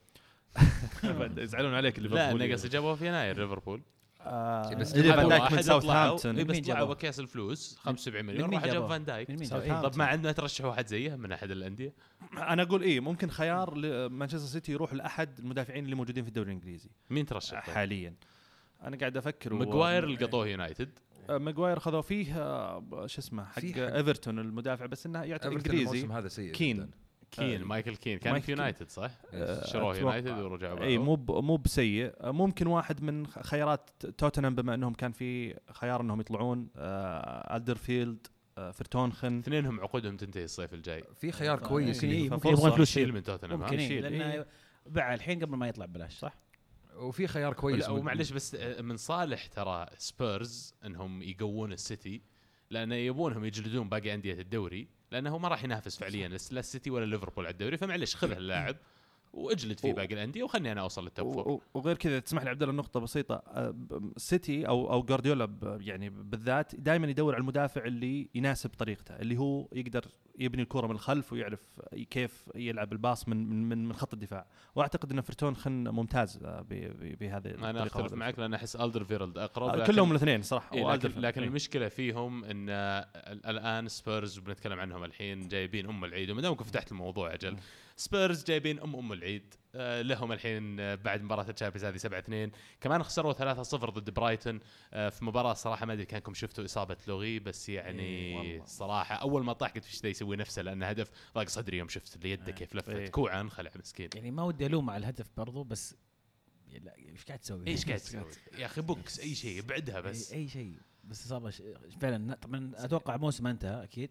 يزعلون عليك ليفربول. لا انا قصدي جابوه في يناير ليفربول. آه بس فان دايك من ساوثهامبتون بس طلعوا بكاس الفلوس خمسة وسبعين مليون راح جاب فان دايك. طب ما عندنا ترشحوا واحد زيه من احد الانديه؟ انا اقول ايه ممكن خيار مانشستر سيتي يروح لاحد المدافعين اللي موجودين في الدوري الانجليزي. مين ترشح حاليا؟ انا قاعد افكر. ماجواير اللي قطوه يونايتد. ماجواير خذوا فيه شو اسمه حق ايفرتون المدافع، بس انه يعتبر انجليزي. هذا سيء كين جداً. كين آه مايكل كين كان في يونايتد صح؟ آه شروه يونايتد ورجعوا اي مو مو بسيء. ممكن واحد من خيارات توتنهام بما انهم كان في خيار انهم يطلعون آه الدرفيلد آه فرتونخن، اثنينهم عقودهم تنتهي الصيف الجاي. في خيار كويس ممكن يبغون فلوس شيل من توتنهام ممكن إيه لانه باع الحين قبل ما يطلع بلاش صح. وفي خيار كويس ومعلش بس من صالح ترى سبيرز انهم يقوون السيتي لانه يبونهم يجلدون باقي انديه الدوري، لانه ما راح ينافس فعليا لا السيتي ولا ليفربول على الدوري، فمعلش خذ اللاعب واجلد في باقي الانديه وخلني انا اوصل للتوب فور. وغير كذا تسمح لي عبد الله نقطه بسيطه، سيتي او او جارديولا يعني بالذات دائما يدور على المدافع اللي يناسب طريقته، اللي هو يقدر يبني الكره من الخلف ويعرف كيف يلعب الباص من من من خط الدفاع، واعتقد ان فرتونخن ممتاز بهذه الطريقه. انا اختلف معك لان احس الدرفيلد اقرب. آه كلهم الاثنين صراحه. إيه لكن, لكن إيه. المشكله فيهم ان الان سبيرز بنتكلم عنهم الحين جايبين ام العيد، وما دامك فتحت الموضوع اجل سبيرز جايبين ام ام العيد آه لهم الحين بعد مباراه الشامبيونز هذه سبعة اثنين، كمان خسروا ثلاثة صفر ضد برايتون آه في مباراه صراحه ما ادري كانكم شفتوا اصابه لوغي، بس يعني إيه صراحه اول ما طاح قلت فيش ذا يسوي نفسه، لان هدف ضاق صدري يوم شفت اللي يده كيف لفت إيه. كوعه انخلع مسكين. يعني ما ودي الوم على الهدف برضو، بس لا ايش قاعد تسوي؟ ايش قاعد تسوي يا اخي؟ بوكس اي شيء بعدها بس اي, أي شيء بس اصابه فعلا. طبعا اتوقع موسم انتهى اكيد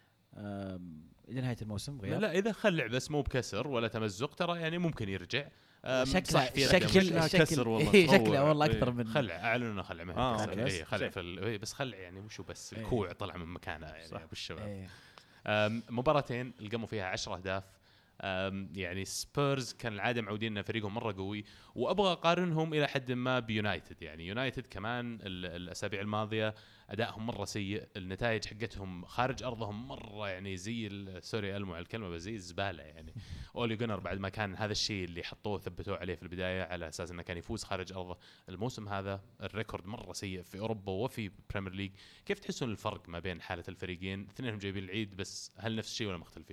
الى نهايه الموسم غير. لا اذا خلع بس مو بكسر ولا تمزق ترى يعني ممكن يرجع. شكله شكله كسر والله شكله والله اكثر من خلع. اعلنوا انه خلع آه خلع, إيه خلع في ال... بس خلع يعني مشو بس الكوع إيه. طلع من مكانه يعني ابو الشباب. إيه. مباراتين القموا فيها عشرة اهداف. يعني سبيرز كان العاده معودين ان فريقهم مره قوي، وابغى اقارنهم الى حد ما بيونايتد. يعني يونايتد كمان الاسابيع الماضيه ادائهم مره سيء، النتائج حقتهم خارج ارضهم مره يعني زي سوري المو على الكلمه بس زي الزباله. يعني اولي جونر بعد ما كان هذا الشيء اللي حطوه ثبتوه عليه في البدايه على اساس انه كان يفوز خارج ارضه، الموسم هذا الريكورد مره سيء في اوروبا وفي بريمير ليج. كيف تحسون الفرق ما بين حاله الفريقين؟ اثنينهم جايبين العيد، بس هل نفس الشيء ولا مختلفين؟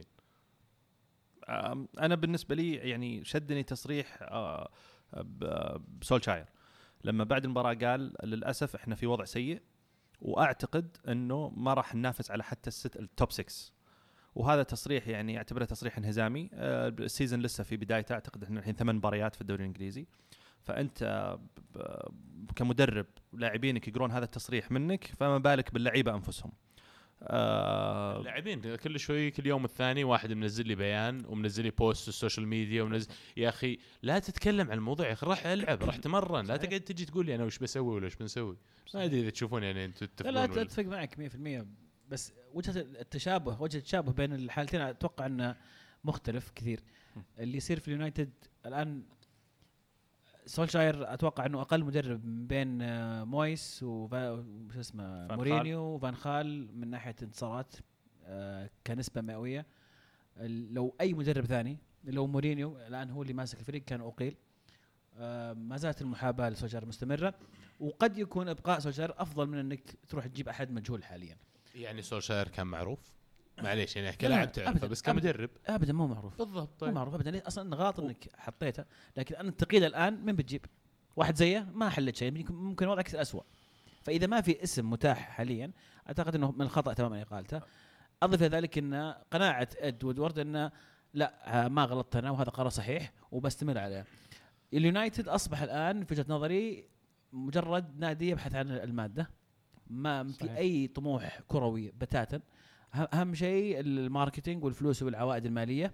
أنا بالنسبة لي يعني شدني تصريح بسولشاير لما بعد المباراة قال للأسف إحنا في وضع سيء، وأعتقد أنه ما راح ننافس على حتى الست التوب ستة، وهذا تصريح يعني أعتبره تصريح انهزامي. السيزن لسه في بدايته، أعتقد إحنا الحين ثمان مباريات في الدوري الإنجليزي، فأنت كمدرب لاعبينك يقرون هذا التصريح منك، فما بالك باللعيبة أنفسهم. آه اللاعبين كل شوي كل يوم الثاني واحد منزل لي بيان ومنزل لي بوست في السوشيال ميديا ومنزل يا اخي لا تتكلم عن الموضوع يا اخي، راح العب راح تمرن، لا تقعد تجي تقول لي انا وش بسوي ولا وش بنسوي. ما ادري اذا تشوفون يعني انتم تتفقون. لا لا اتفق معك مية بالمية، بس وجهه التشابه وجهه التشابه بين الحالتين اتوقع انه مختلف كثير. اللي يصير في اليونايتد الان سولشاير اتوقع انه اقل مدرب من بين مويس وش اسمه مورينيو وفان خال من ناحيه انتصارات كنسبه مئويه. لو اي مدرب ثاني، لو مورينيو الان هو اللي ماسك الفريق كان اقيل. ما زالت المحاباه لسولشاير مستمره، وقد يكون ابقاء سولشاير افضل من انك تروح تجيب احد مجهول حاليا. يعني سولشاير كان معروف معليش يعني كلاعب تعرفه، بس كمدرب ابدا, أبداً مو معروف بالضبط. طيب. مو معروف ابدا، اصلا غلط انك حطيته. لكن انا التقييد الان من بتجيب واحد زيه ما حلت شيء، ممكن الوضع أكثر أسوأ. فإذا ما في اسم متاح حاليا أعتقد أنه من الخطأ تماما إقالته. أضف إلى ذلك أن قناعة إد وودورد أنه لا ما غلطت أنا وهذا قرار صحيح وبستمر عليه. اليونايتد أصبح الآن في وجهة نظري مجرد نادي يبحث عن المادة، ما في أي طموح كروي بتاتا. أهم شيء الماركتينج والفلوس والعوائد المالية،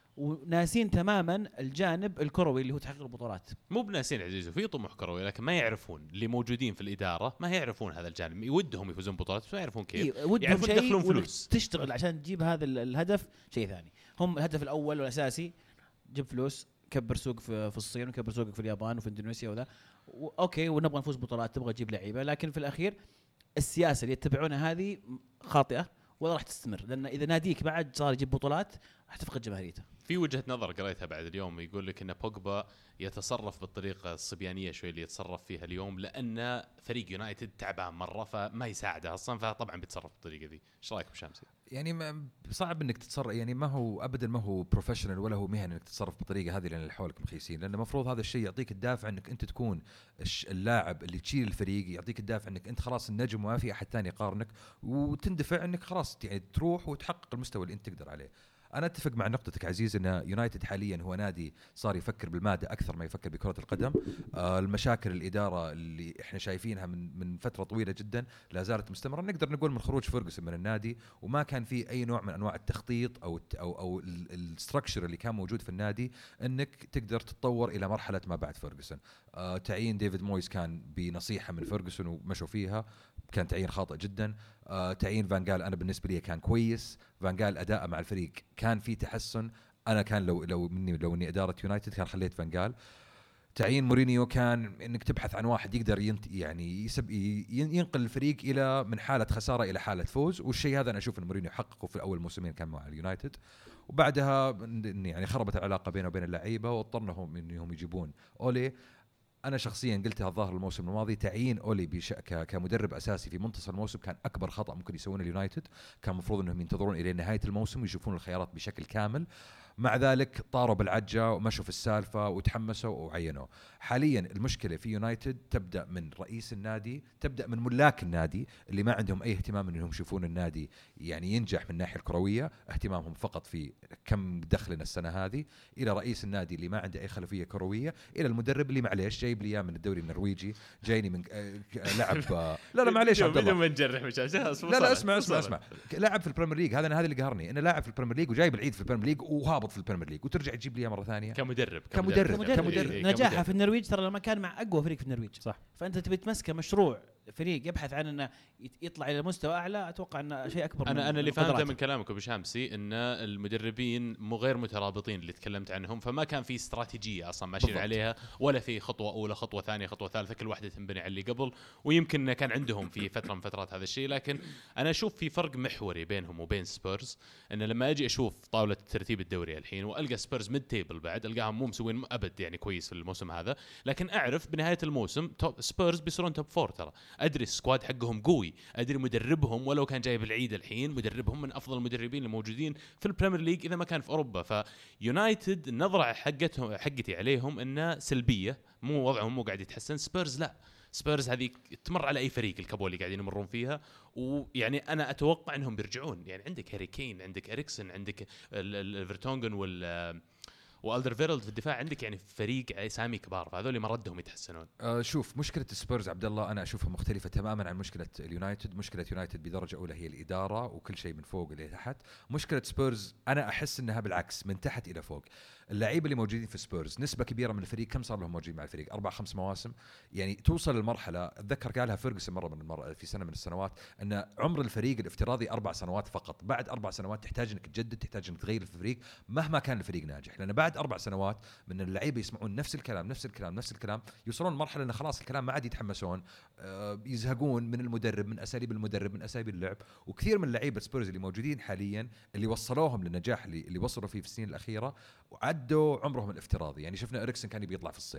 وناسين تماما الجانب الكروي اللي هو تحقيق البطولات. مو بناسين عزيزو، في طموح كروي لكن ما يعرفون اللي موجودين في الإدارة، ما يعرفون هذا الجانب. يودهم يفوزون بطولات بس ما يعرفون كيف. إيه ودهم يعرفون شيء يدخلون فلوس، تشتغل عشان تجيب هذا الهدف. شيء ثاني، هم الهدف الأول والأساسي جيب فلوس، كبر سوق في, في الصين وكبر سوق في اليابان وفي اندونيسيا وذا، أوكي ونبغى نفوز بطولات، تبغى تجيب لعيبة، لكن في الأخير السياسة اللي يتبعونها هذه خاطئة ولا راح تستمر، لأن إذا ناديك بعد صار يجيب بطولات راح تفقد جماهيريته. في وجهة نظر قريتها بعد اليوم يقول لك ان بوجبا يتصرف بالطريقة الصبيانية شوي اللي يتصرف فيها اليوم، لأن فريق يونايتد تعبان مرة فما يساعده أصلا، فطبعا بيتصرف بالطريقة ذي. ايش رايك بشامسي؟ يعني صعب انك تتصرف، يعني ما هو ابدا ما هو بروفيشنال ولا هو مهني انك تتصرف بالطريقه هذه لان اللي حولك مخيسين، لان المفروض هذا الشيء يعطيك الدافع انك انت تكون اللاعب اللي تشيل الفريق، يعطيك الدافع انك انت خلاص النجم وما في احد ثاني يقارنك، وتندفع انك خلاص يعني تروح وتحقق المستوى اللي انت تقدر عليه. أنا أتفق مع نقطتك عزيز أن يونايتد حاليا هو نادي صار يفكر بالمادة أكثر ما يفكر بكرة القدم. آه المشاكل الإدارة اللي إحنا شايفينها من من فترة طويلة جدا لا زالت مستمرة. نقدر نقول من خروج فيرغسون من النادي وما كان في أي نوع من أنواع التخطيط أو أو أو الستراكشر اللي كان موجود في النادي أنك تقدر تتطور إلى مرحلة ما بعد فيرغسون. آه تعيين ديفيد مويس كان بنصيحة من فيرغسون ومشوا فيها، كان تعيين خاطئ جدا. آه تعيين فانغال أنا بالنسبة لي كان كويس، فانغال أداءه مع الفريق كان في تحسن. أنا كان لو لو مني لو إني إدارة يونايتد كان خليت فانغال. تعيين مورينيو كان إنك تبحث عن واحد يقدر ينت يعني يسب ينقل الفريق إلى من حالة خسارة إلى حالة فوز، والشيء هذا أنا أشوف إن مورينيو حققه في أول موسمين كان مع اليونايتد. وبعدها يعني خربت العلاقة بينه وبين اللعيبة واضطرنهم إنهم يجيبون أولي. أنا شخصياً قلتها الظاهر الموسم الماضي، تعيين أولي بش... ك... كمدرب أساسي في منتصف الموسم كان أكبر خطأ ممكن يسوونه اليونايتد. كان مفروض أنهم ينتظرون إلى نهاية الموسم ويشوفون الخيارات بشكل كامل. مع ذلك طاروا بالعجة ومشوا في السالفة وتحمسوا وعينوا. حاليا المشكلة في يونايتد تبدأ من رئيس النادي، تبدأ من ملاك النادي اللي ما عندهم أي اهتمام أنهم يشوفون النادي يعني ينجح من الناحية الكروية، اهتمامهم فقط في كم دخلنا السنة هذه، إلى رئيس النادي اللي ما عنده أي خلفية كروية، إلى المدرب اللي معليش جايب لي من الدوري النرويجي، جايني من لعب لا لا معليش عبد الله بدون نجرح مش لا لا اسمع اسمع اسمع لاعب في البريمير ليج. هذا أنا هذا اللي قهرني، أنا لاعب في البريمير ليج وجايب العيد في البريمير ليج وهابط في البريمير ليج وترجع تجيب لي مرة ثانية كمدرب كمدرب كمدرب, كمدرب. كمدرب. نجاحه في النرويج ترى لما كان مع أقوى فريق في النرويج صح. فأنت تبي تمسك مشروع فريق يبحث عن انه يطلع الى مستوى اعلى، اتوقع انه شيء اكبر. انا انا اللي فهمته من كلامك ابو شامسي ان المدربين مو غير مترابطين اللي تكلمت عنهم، فما كان في استراتيجيه اصلا ماشيين عليها، ولا في خطوه اولى خطوه ثانيه خطوه ثالثه، كل واحده تنبني على اللي قبل. ويمكن كان عندهم في فتره من فترات هذا الشيء، لكن انا اشوف في فرق محوري بينهم وبين سبيرز. ان لما اجي اشوف طاوله ترتيب الدوري الحين والقى سبيرز ميد تيبل بعد، القاهم مو مسوين ابد يعني كويس في الموسم هذا، لكن اعرف بنهايه الموسم سبيرز بيصيرون توب فور. ترى ادري السكواد حقهم قوي، ادري مدربهم ولو كان جايب العيد الحين مدربهم من افضل المدربين الموجودين في البريمير ليج اذا ما كان في اوروبا. فيونايتد النظره حقتهم حقتي عليهم انها سلبيه، مو وضعهم مو قاعد يتحسن. سبيرز لا، سبيرز هذه تمر على اي فريق الكبوه اللي قاعدين يمرون فيها، ويعني انا اتوقع انهم بيرجعون. يعني عندك هاري كين، عندك اريكسن، عندك الفرتونغن وال والدرفيرلد في الدفاع، عندك يعني فريق اسامي كبار، فهذول ما ردهم يتحسنون. أه شوف مشكله السبيرز عبد الله انا اشوفها مختلفه تماما عن مشكله اليونايتد. مشكله يونايتد بدرجه اولى هي الاداره وكل شيء من فوق الى تحت. مشكله سبيرز انا احس انها بالعكس من تحت الى فوق. اللعيبه اللي موجودين في سبيرز نسبه كبيره من الفريق كم صار لهم موجودين مع الفريق؟ اربع خمس مواسم. يعني توصل للمرحله، اتذكر قالها فيرغسون مره من المر... في سنه من السنوات ان عمر الفريق الافتراضي اربع سنوات فقط. بعد اربع سنوات تحتاج انك تجدد، تحتاج انك تغير الفريق مهما كان الفريق ناجح، لان بعد اربع سنوات من اللعيبه يسمعون نفس الكلام نفس الكلام نفس الكلام، يوصلون لمرحله ان خلاص الكلام ما عاد يتحمسون، آه يزهقون من المدرب، من اساليب المدرب، من اساليب اللعب. وكثير من لعيبه سبيرز اللي موجودين حاليا اللي وصلوهم للنجاح اللي, اللي وصلوا فيه في السنين الاخيره وعدوا عمرهم الافتراضي. يعني شفنا اريكسن كان يبي يطلع في الصيف،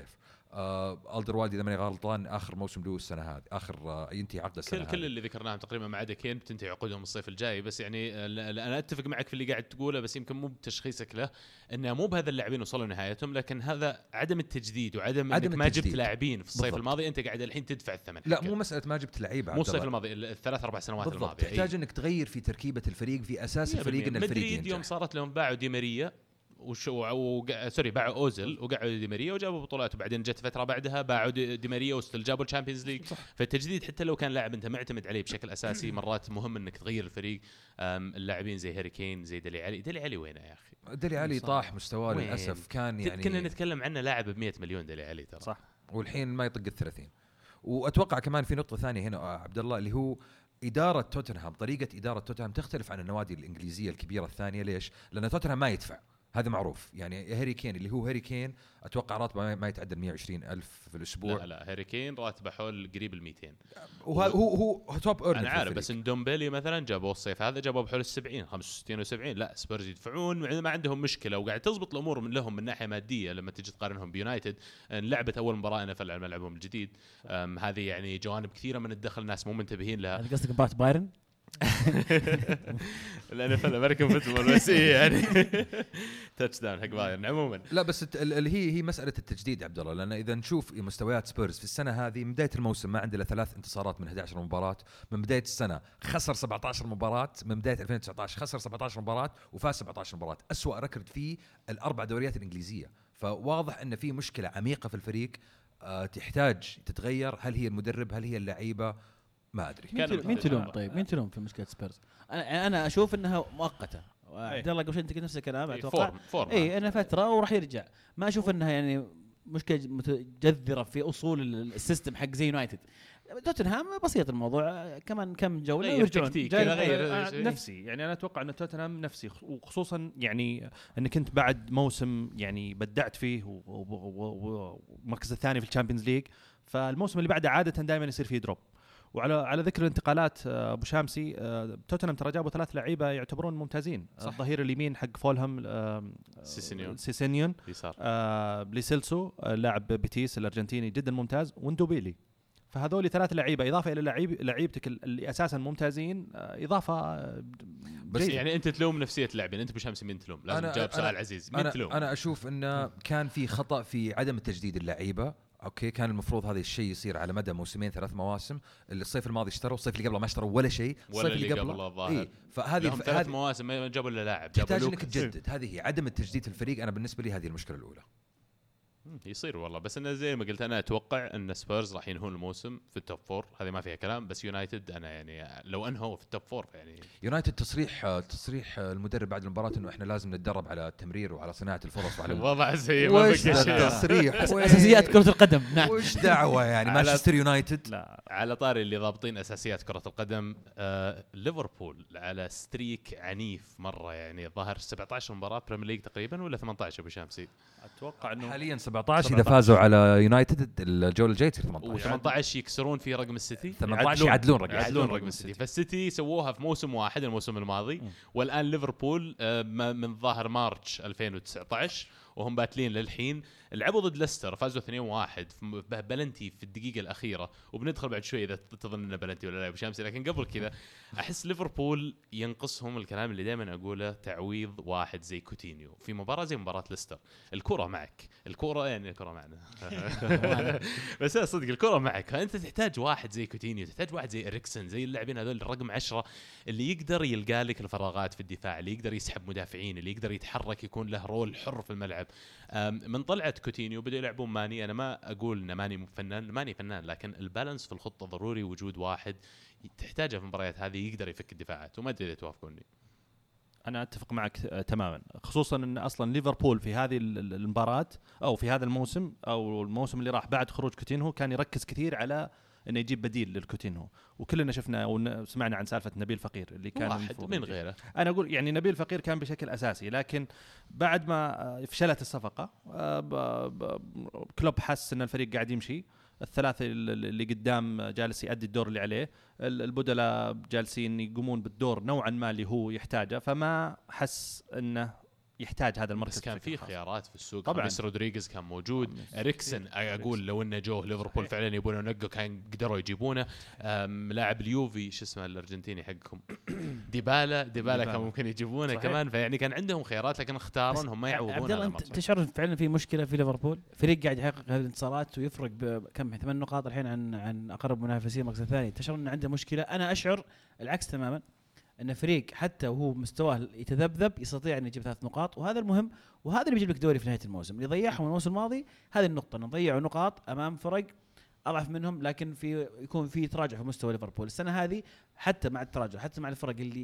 آه الدروالد اذا ماني غلطان اخر موسم له السنه هذه اخر آه ينتهي عقد السنه كل هذه. كل اللي ذكرناهم تقريبا ما عدا كين بتنتهي عقودهم الصيف الجاي. بس يعني انا اتفق معك في اللي قاعد تقوله، بس يمكن مو بتشخيصك له انه مو بهذا اللاعبين وصلوا نهايتهم، لكن هذا عدم التجديد وعدم عدم انك ما التجديد. جبت لاعبين في الصيف بالضبط. الماضي. انت قاعد الحين تدفع الثمن. لا مو مساله ما جبت لعيبه، مو الصيف الماضي، الثلاث اربع سنوات الماضيه. تحتاج انك تغير في تركيبه الفريق في اساس الفريق ان الفريق مدريد ينجح. يوم صارت لهم باعوا دي ماريا وش وقع... سوري باعوا اوزل وقعدوا دي ماريا وجابوا بطولات، وبعدين جت فتره بعدها باعوا دي, دي ماريا واستلجابوا الشامبيونز ليج. فالتجديد حتى لو كان لاعب انت معتمد عليه بشكل اساسي مرات مهم انك تغير الفريق. اللاعبين زي هاري كين زي ديلي علي. ديلي علي وينه يا اخي؟ ديلي علي طاح مستواه للاسف. كان يعني كنا نتكلم عنه لاعب ب مية مليون ديلي علي ترى، صح، والحين ما يطق الثلاثين. واتوقع كمان في نقطه ثانيه هنا عبد الله اللي هو إدارة توتنهام. طريقة إدارة توتنهام تختلف عن النوادي الإنجليزية الكبيرة الثانية. ليش؟ لأن توتنهام ما يدفع، هذا معروف. يعني هاري كين اللي هو هاري كين أتوقع راتبه ما يتعدى مية وعشرين ألف في الأسبوع. لا لا هاري كين راتبه حول قريب ال مئتين. وهو هو هو توب اورنر. أنا عارف، بس ندومبيلي مثلا جابوه الصيف هذا جابوه بحول السبعين خمسة وستين وسبعين. لا سبيرز يدفعون ما عندهم مشكلة وقاعد تزبط الأمور من لهم من ناحية مادية. لما تيجي تقارنهم بيونايتد لعبت أول مباراة أنا في ملعبهم الجديد، هذه يعني جوانب كثيرة من الدخل الناس مو منتبهين لها. هذا قصدك مباراة بايرن؟ لأن فل أمريكان فوتبول بس إيه يعني تاتش داون حق بايرن عموما. لا بس اللي هي هي مسألة التجديد عبد الله. لأن إذا نشوف مستويات سبيرز في السنة هذه من بداية الموسم ما عنده ثلاث انتصارات من إحدى عشرة مباراة. من بداية السنة خسر سبعة عشر مباراة. من بداية ألفين وتسعة عشر خسر سبعة عشر مباراة وفاز سبعة عشر مباراة. أسوأ ركرد في الأربع دوريات الإنجليزية. فواضح أن في مشكلة عميقة في الفريق أه تحتاج تتغير. هل هي المدرب؟ هل هي اللعيبة؟ ما أدري. مين تلوم؟ طيب مين تلوم في مشكلة سبيرز؟ أنا أنا أشوف إنها مؤقتة. عبد الله قبل شوي أنت قلت نفس الكلام أتوقع. إيه أنا فترة وراح يرجع. ما أشوف إنها يعني مشكلة متجذرة في أصول السيستم حق زي يونايتد. توتنهام بسيط الموضوع، كمان كم جولة ويرجعون. غير نفسي يعني أنا أتوقع أن توتنهام نفسي، وخصوصا يعني أنك أنت بعد موسم يعني بدعت فيه ومركز الثاني في الشامبيونز ليج، فالموسم اللي بعده عادة دائما يصير فيه دروب. وعلى على ذكر الانتقالات ابو شامسي، توتنهام ترى جابوا ثلاث لعيبه يعتبرون ممتازين. الظهير اليمين حق فولهام سيسينيون سيسينيون بليسيلسو لاعب بيتيس الارجنتيني جدا ممتاز، وندوبيلي. فهذول ثلاث لعيبه اضافه الى لعيب لعيبتك اللي اساسا ممتازين، اضافه بس جيد. يعني انت تلوم نفسيه اللاعبين، انت بشامسي مين تلوم؟ لازم تجاوب سؤال عزيز. مين أنا تلوم؟ انا اشوف انه كان في خطا في عدم التجديد اللعيبه. اوكي كان المفروض هذا الشيء يصير على مدى موسمين ثلاث مواسم. الصيف الماضي اشتروا، الصيف اللي قبله ما اشتروا ولا شيء. الصيف اللي قبله إيه فهذه ثلاث مواسم ما جابوا الا لاعب. تحتاج انك تجدد. هذه هي عدم التجديد في الفريق. انا بالنسبه لي هذه المشكله الاولى. يصير والله، بس انا زي ما قلت انا اتوقع ان سبيرز راح ينهون الموسم في التوب فور، هذه ما فيها كلام. بس يونايتد انا يعني لو انهوا في التوب فور يعني يونايتد تصريح تصريح المدرب بعد المباراه انه احنا لازم نتدرب على التمرير وعلى صناعه الفرص وعلى الوضع زي ما بقى تصريح اساسيات كره القدم. نعم وش دعوه يعني مانشستر يونايتد. لا على طاري اللي ضابطين اساسيات كره القدم، آه ليفربول على ستريك عنيف مره، يعني الظاهر سبعة عشر مباراه بريمير ليج تقريبا ولا ثمانية عشر ابو شامسي؟ اتوقع انه حاليا سبعة عشر اذا فازوا على يونايتد الجوله الجايه تصير ثمانية عشر وثمانية عشر يكسرون في رقم السيتي، ثمانية عشر يعدلون رقم يعدلون رقم السيتي. فالسيتي سووها في موسم واحد الموسم الماضي، والان ليفربول من ظاهر مارتش ألفين وتسعة عشر وهم باتلين للحين. لعبوا ضد ليستر فازوا اثنين واحد بلنتي في الدقيقه الاخيره، وبندخل بعد شوي اذا تظن انه بلنتي ولا لا بشامسي. لكن قبل كذا احس ليفربول ينقصهم الكلام اللي دائما اقوله، تعويض واحد زي كوتينيو في مباراه زي مباراه ليستر. الكره معك، الكره يعني الكره معنا بس صدق الكره معك، فانت تحتاج واحد زي كوتينيو، تحتاج واحد زي إريكسن، زي اللاعبين هذول الرقم عشرة اللي يقدر يلقى لك الفراغات في الدفاع، اللي يقدر يسحب مدافعين، اللي يقدر يتحرك، يكون له رول حر في الملعب. من طلعة كوتينيو بدأوا يلعبون ماني. أنا ما أقول إن ماني فنان، ماني فنان، لكن البالانس في الخطة ضروري، وجود واحد تحتاجه في المباريات هذه يقدر يفك الدفاعات. وما أدري إذا توافقوني. أنا أتفق معك تماما، خصوصا أن أصلا ليفربول في هذه المباراة أو في هذا الموسم أو الموسم اللي راح بعد خروج كوتينيو كان يركز كثير على انه يجيب بديل للكوتينيو. وكلنا شفنا وسمعنا عن سالفه نبيل فقير اللي كان واحد من غيره. انا اقول يعني نبيل فقير كان بشكل اساسي، لكن بعد ما فشلت الصفقه كلوب حس ان الفريق قاعد يمشي، الثلاثه اللي قدام جالس يؤدي الدور اللي عليه، البدلاء جالسين يقومون بالدور نوعا ما اللي هو يحتاجه، فما حس انه يحتاج هذا المركز. بس كان في خيارات في السوق طبعا. خميس رودريغيز كان موجود، اريكسن اقول لو انه جوه ليفربول فعلا يبونه نقه كان قدروا يجيبونه. لاعب اليوفي شو اسمه الارجنتيني حقكم ديبالا ديبالا كان ممكن يجيبونه كمان، فيعني كان عندهم خيارات لكن اختاروا انهم ما يعوضون. انت تشعر فعلا في مشكله في ليفربول، فريق قاعد يحقق هذه الانتصارات ويفرق بكم ثمان نقاط الحين عن عن اقرب منافسين المركز الثاني، تشعر ان عنده مشكله؟ انا اشعر العكس تماما، ان فريق حتى وهو مستواه يتذبذب يستطيع ان يجيب ثلاث نقاط، وهذا المهم، وهذا اللي بيجيب لك دوري في نهايه الموسم. اللي ضيعهم الموسم الماضي هذه النقطه، نضيعوا نقاط امام فرق اضعف منهم، لكن في يكون في تراجع في مستوى ليفربول السنه هذه، حتى مع التراجع حتى مع الفرق اللي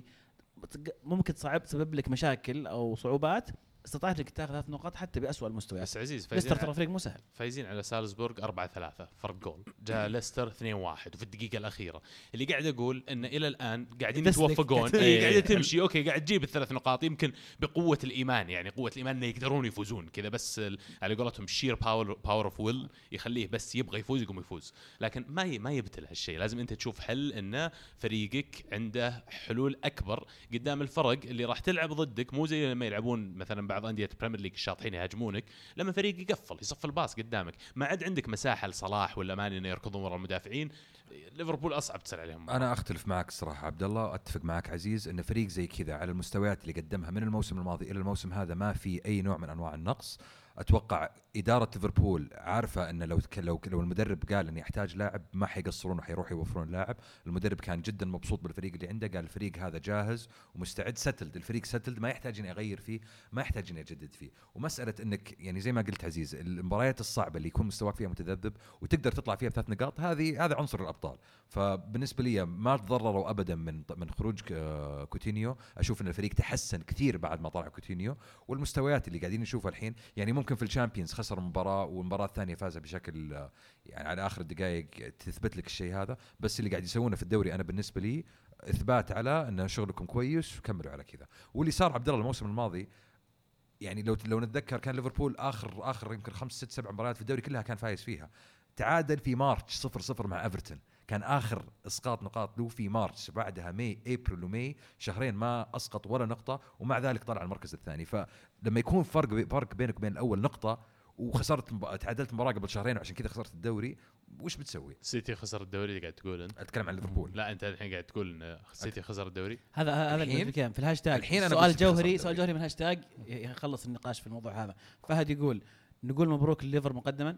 ممكن تصعب تسبب لك مشاكل او صعوبات، استطاعت لك تاخذ ثلاث نقاط حتى بأسوأ المستويات. بس عزيز ليستر ترى فريق مو سهل، فايزين على سالزبورغ أربعة ثلاثة فرق جول، جاء ليستر اثنين واحد وفي الدقيقه الاخيره. اللي قاعد اقول ان الى الان قاعدين يتوفقون، اي قاعده تمشي اوكي، قاعد تجيب الثلاث نقاط يمكن بقوه الايمان، يعني قوه الايمان انه يقدرون يفوزون كذا، بس على قولتهم شير باور باور اوف ويل يخليه بس يبغى يفوز يقوم يفوز. لكن ما ي... ما يبتل هالشيء، لازم انت تشوف حل ان فريقك عنده حلول اكبر قدام الفرق اللي راح تلعب ضدك، مو زي لما يلعبون مثلا بعض انديه البريمير ليج الشاطحين يهاجمونك، لما فريق يقفل يصف الباص قدامك ما عاد عندك مساحه لصلاح ولا ماني انه يركضون ورا المدافعين. ليفربول اصعب تصل عليهم. انا اختلف معك صراحه عبد الله، اتفق معك عزيز ان فريق زي كذا على المستويات اللي قدمها من الموسم الماضي الى الموسم هذا ما في اي نوع من انواع النقص. اتوقع اداره ليفربول عارفه ان لو لو لو المدرب قال اني احتاج لاعب ما حيقصرون وحيروح يوفرون لاعب. المدرب كان جدا مبسوط بالفريق اللي عنده، قال الفريق هذا جاهز ومستعد، ستلد الفريق ستلد، ما يحتاج اني اغير فيه، ما يحتاج اني اجدد فيه. ومساله انك يعني زي ما قلت عزيز، المباريات الصعبه اللي يكون مستواك فيها متذبذب وتقدر تطلع فيها بثلاث نقاط، هذه هذا عنصر الابطال. فبالنسبه لي ما تضرروا ابدا من من خروج كوتينيو. اشوف ان الفريق تحسن كثير بعد ما طلع كوتينيو، والمستويات اللي قاعدين نشوفها الحين يعني ممكن في الشامبيونز خسر مباراه والمباراه الثانيه فاز بشكل يعني على اخر الدقائق تثبت لك الشيء هذا، بس اللي قاعد يسوونه في الدوري انا بالنسبه لي اثبات على ان شغلكم كويس وكملوا على كذا. واللي صار عبد الله الموسم الماضي يعني لو لو نتذكر كان ليفربول اخر اخر يمكن خمس ست سبع مباريات في الدوري كلها كان فايز فيها. تعادل في مارتش صفر صفر مع ايفرتون، كان اخر اسقاط نقاط له في مارتش، بعدها ماي ابريل وماي شهرين ما اسقط ولا نقطه، ومع ذلك طلع المركز الثاني. فلما يكون فرق فرق بينك وبين الاول نقطه وخسرت مب... تعادلت مباراه قبل شهرين وعشان كذا خسرت الدوري، وش بتسوي؟ سيتي خسر الدوري قاعد تقول انت؟ اتكلم عن ليفربول. لا انت الحين قاعد تقول ان سيتي خسر الدوري. هذا هذا اللي كان في الهاشتاج الحين سؤال جوهري، سؤال جوهري من الهاشتاج يخلص النقاش في الموضوع هذا. فهد يقول نقول مبروك لليفر مقدما.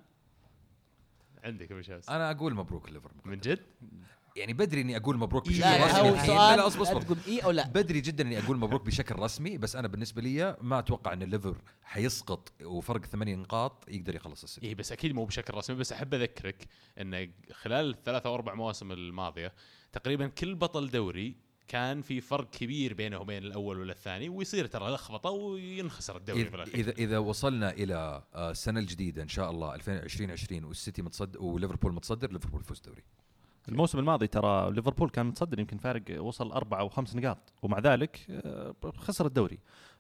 عندك يا شاس؟ انا اقول مبروك لليفر من جد، يعني بدري اني اقول مبروك بشكل لا رسمي. لا سؤال لا اصبر اصبر تقول اي او لا. بدري جدا اني اقول مبروك بشكل رسمي، بس انا بالنسبه لي ما اتوقع ان الليفر حيسقط وفرق ثمانية نقاط يقدر يخلص السيتي. اي بس اكيد مو بشكل رسمي، بس احب اذكرك ان خلال الثلاث او اربع مواسم الماضيه تقريبا كل بطل دوري كان في فرق كبير بينه وبين الاول ولا الثاني، ويصير ترى لخبطه وينخسر الدوري في الاخير. اذا اذا وصلنا الى السنه الجديده ان شاء الله ألفين وعشرين والسيتي متصدر وليفربول متصدر، ليفربول يفوز الدوري. الموسم الماضي ترى ليفربول كان متصدر يمكن فارق وصل أربعة أو خمس نقاط، ومع ذلك خسر الدوري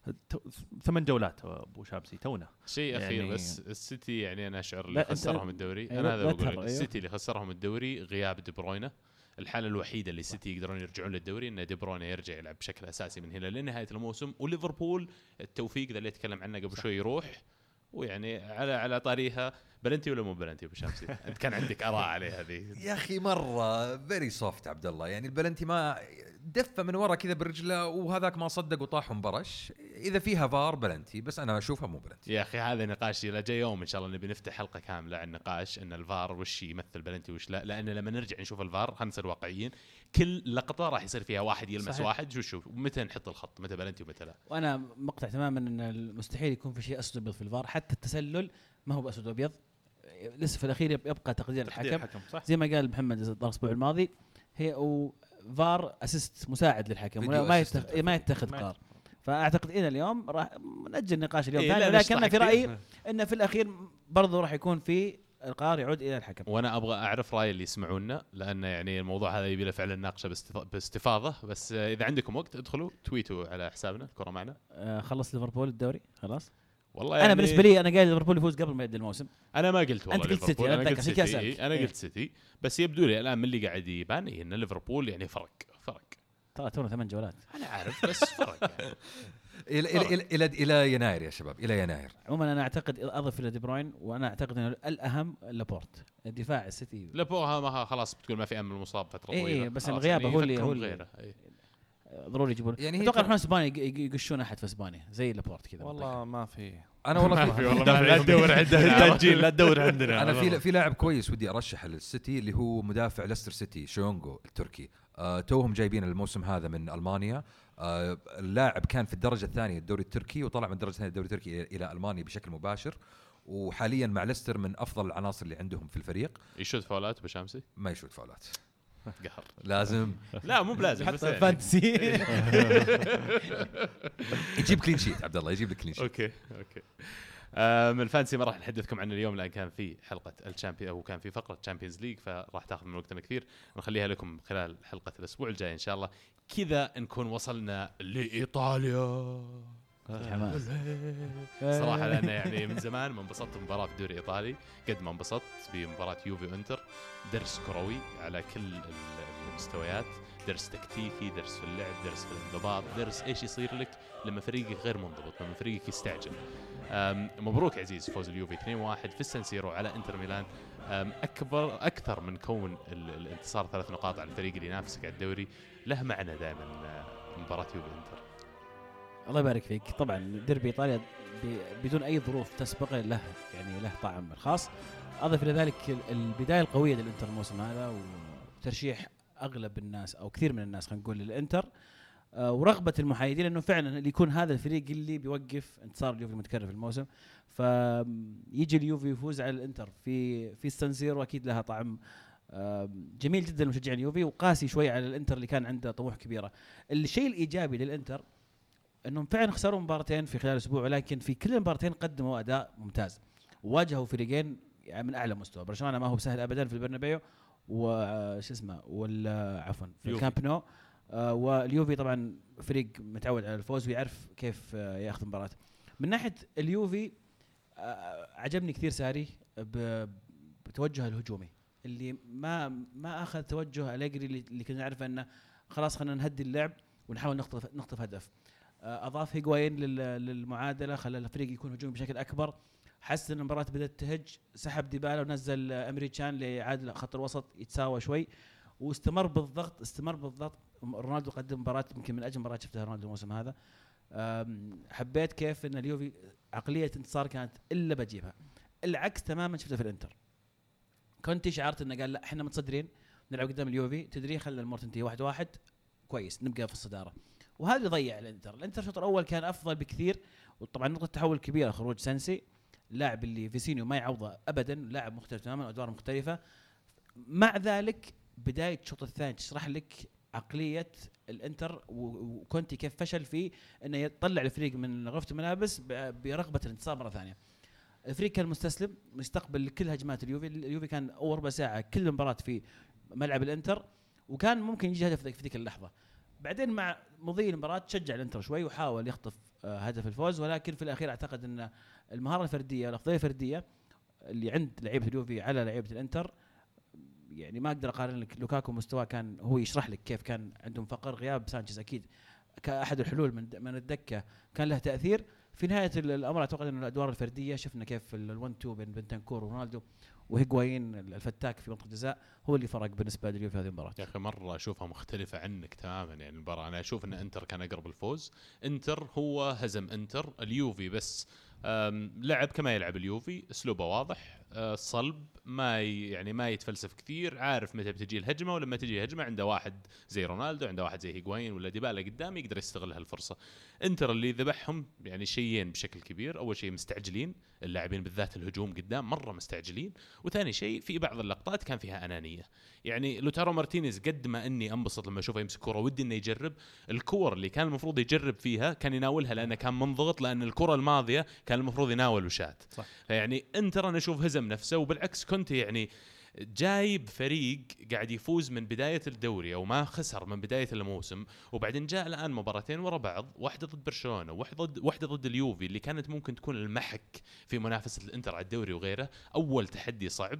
ثمان جولات. أبو شامسي تونا شيء يعني أخير بس السيتي يعني أنا أشعر اللي خسرهم الدوري. أنا هذا بقول لك السيتي اللي خسرهم الدوري غياب دي بروينه. الحالة الوحيدة اللي السيتي يقدرون يرجعون للدوري إن دي بروينه يرجع يلعب بشكل أساسي من هنا لنهاية الموسم. وليفربول التوفيق ذا اللي يتكلم عنه قبل شوي يروح، ويعني على على طاريها بلنتي ولا مو بلنتي بشمسي؟ انت كان عندك اراء عليه هذه يا اخي مره فيري سوفت عبد الله. يعني البلنتي ما دفه من ورا كذا برجله وهذاك ما صدق وطاح ومبرش. اذا فيها فار بلنتي، بس انا اشوفها مو بلنتي. يا اخي هذا نقاش الى جاي يوم ان شاء الله نبي نفتح حلقه كامله عن نقاش ان الفار وش يمثل بلنتي وش لا، لان لما نرجع نشوف الفار خلينا نصير واقعيين، كل لقطه راح يصير فيها واحد يلمس صحيح. واحد شو شوف متى نحط الخط، متى بلنتي ومتى لا. وانا مقطع تماما ان المستحيل يكون في شيء اسود ابيض في الفار، حتى التسلل ما هو باسود ابيض، لسه في الاخير يبقى تقدير الحكم زي ما قال محمد الاسبوع الماضي، هي وفار اسيست مساعد للحكم ما يتخ... ما يتخذ قرار. فاعتقد الى اليوم راح ناجل النقاش اليوم ثاني، ولكن في رايي ان في الاخير برضو راح يكون في القرار يعود الى الحكم. وانا ابغى اعرف راي اللي يسمعونا، لان يعني الموضوع هذا يبي له فعلا ناقشه باستفاضه. بس اذا عندكم وقت ادخلوا تويتوا على حسابنا كره معنا. آه خلص ليفربول الدوري خلاص. والله يعني انا بالنسبه لي انا قايل ليفربول يفوز قبل ما يبدا الموسم. انا ما قلت والله ليفربول، سيتي. انا قلت سيتي, سيتي. انا قلت سيتي، بس يبدو لي الان من اللي قاعد يبان ان ليفربول يعني فرق فرق ترى تونا ثمان جولات. انا عارف بس فرق يعني. الى الى الى, إلى, إلى يناير يا شباب، الى يناير. عموما انا اعتقد اضف الى دي بروين، وانا اعتقد ان الاهم لابورت الدفاع السيتي. لابورها ما خلاص بتقول ما في امل المصاب فتره طويله. ايه بس الغياب هو اللي هو غيره اللي ضروري يجيبون. يعني اتوقع يروحون اسبانيا يقشون احد في اسبانيا زي لابورت كذا. والله ما في، انا والله ما في والله لا تدور عندنا تأجيل لا تدور عندنا. انا في في لاعب كويس ودي ارشحه للسيتي اللي هو مدافع ليستر سيتي شونغو التركي. آه توهم جايبين الموسم هذا من المانيا. آه اللاعب كان في الدرجه الثانيه الدوري التركي وطلع من الدرجه الثانيه الدوري التركي الى المانيا بشكل مباشر، وحاليا مع ليستر من افضل العناصر اللي عندهم في الفريق. يشوت فاولات بشامسي؟ ما يشوت فاولات قهر لازم لا مو بلازم بس يعني. فانتسي يجيب كلين شيت عبد الله، يجيب لك كلين شيت. اوكي اوكي آه من الفانسي ما راح نحدثكم عنه اليوم لان كان في حلقه الشامبيون او كان في فقره تشامبيونز ليج فراح تاخذ من وقتنا كثير، نخليها لكم خلال حلقه الاسبوع الجاي ان شاء الله. كذا نكون وصلنا لايطاليا. حماس صراحه لأن يعني من زمان ما انبسطت بمباراه في الدوري الايطالي قد ما انبسطت بمباراه يوفي وانتر. درس كروي على كل المستويات، درس تكتيكي، درس في اللعب، درس في الانضباط، درس ايش يصير لك لما فريقك غير منضبط، لما فريقك يستعجل. مبروك عزيز فوز اليوفي اثنين واحد في السانسيرو على انتر ميلان. اكبر اكثر من كون الانتصار ثلاث نقاط على الفريق اللي ينافسك على الدوري، له معنى دائما مباراه يوفي انتر. الله يبارك فيك. طبعا ديربي ايطاليا بدون اي ظروف تسبق له يعني له طعم الخاص. اضف الى ذلك البدايه القويه للانتر الموسم هذا وترشيح اغلب الناس او كثير من الناس خلينا نقول للانتر، ورغبه المحايدين انه فعلا اللي يكون هذا الفريق اللي بيوقف انتصار اليوفي المتكرر في الموسم. فيجي اليوفي يفوز على الانتر في في السانسيرو اكيد لها طعم جميل جدا لمشجعين اليوفي، وقاسي شوي على الانتر اللي كان عنده طموح كبيره. الشيء الايجابي للانتر انهم فعلا خسروا مباراتين في خلال اسبوع، ولكن في كل المباراتين قدموا اداء ممتاز وواجهوا فريقين يعني من اعلى مستوى. برشلونه ما هو سهل ابدا في البرنابيو وش اسمه ولا عفوا في الكامب نو، آه واليوفي طبعا فريق متعود على الفوز ويعرف كيف آه ياخذ مباراه. من ناحيه اليوفي آه عجبني كثير ساري بتوجهه الهجومي اللي ما ما اخذ توجه أليجري اللي كنا نعرفه انه خلاص خلينا نهدي اللعب ونحاول نخطف نخطف هدف. اضاف هيغوايين للمعادله، خلى الفريق يكون هجومي بشكل اكبر، حس ان المباراه بدات تهج، سحب ديبالا ونزل امريكان ليعادل خط الوسط يتساوى شوي، واستمر بالضغط استمر بالضغط. رونالدو قدم مباراه يمكن من اجمل مباريات شفتها رونالدو الموسم هذا. حبيت كيف ان اليوفي عقليه انتصار كانت الا بجيبها، العكس تماما شفته في الانتر. كنت شعرت انه قال لا احنا متصدرين نلعب قدام اليوفي، تدري خلى المباراه تنتهي واحد واحد كويس نبقى في الصداره، وهذا اللي ضيع الانتر. الانتر الشوط الاول كان افضل بكثير، وطبعا نقطه تحول كبيره خروج سانسي، اللاعب اللي فيسينيو ما يعوضه ابدا، لاعب مختلف تماما، ادوار مختلفه. مع ذلك بدايه الشوط الثاني تشرح لك عقليه الانتر وكونتي كيف فشل في انه يطلع الفريق من غرفه الملابس برغبه الانتصار مره ثانيه. الفريق كان مستسلم مستقبل كل هجمات اليوفي. اليوفي كان اول ربع ساعه كل مباراه في ملعب الانتر، وكان ممكن يجي هدف في ذيك اللحظه. بعدين مع مضي المباراه تشجع الانتر شوي وحاول يخطف هدف الفوز، ولكن في الاخير اعتقد ان المهاره الفرديه والافضليه الفرديه اللي عند لعيبه اليوفي على لعيبه الانتر، يعني ما اقدر اقارن لك. لوكاكو مستواه كان هو يشرح لك كيف كان عندهم فقر، غياب سانشيز اكيد كاحد الحلول من من الدكه كان له تاثير. في نهايه الامر اعتقد ان الادوار الفرديه شفنا كيف ال1 تو بين بنتنكور ورونالدو وهيغوايين الفتاك في منطقه الجزاء هو اللي فرق بالنسبه لليوفي في هذه المباراه. يا اخي مره اشوفها مختلفه عنك تماما يعني المباراه. انا اشوف ان انتر كان اقرب الفوز، انتر هو هزم انتر، اليوفي بس لعب كما يلعب اليوفي، اسلوبه واضح، صلب، ما يعني ما يتفلسف كثير، عارف متى بتجي الهجمه، ولما تجي هجمه عنده واحد زي رونالدو، عنده واحد زي هيغوايين ولا ديبالا قدام يقدر يستغل هالفرصه. انتر اللي ذبحهم يعني شيئين بشكل كبير، اول شيء مستعجلين، اللاعبين بالذات الهجوم قدام مره مستعجلين، وثاني شيء في بعض اللقطات كان فيها انانيه. يعني لوتارو مارتينيز قد ما اني انبسط لما اشوفه يمسك كره ودي انه يجرب الكور اللي كان المفروض يجرب فيها كان يناولها لانه كان منضغط، لان الكره الماضيه كان المفروض يناول وشات. يعني انتر انا اشوف هزم نفسه، وبالعكس كنت يعني جايب فريق قاعد يفوز من بداية الدوري أو ما خسر من بداية الموسم، وبعدين جاء الآن مباراتين ورا بعض، واحدة ضد برشلونة وواحدة ضد واحدة ضد اليوفي اللي كانت ممكن تكون المحك في منافسة الإنتر على الدوري وغيره، أول تحدي صعب.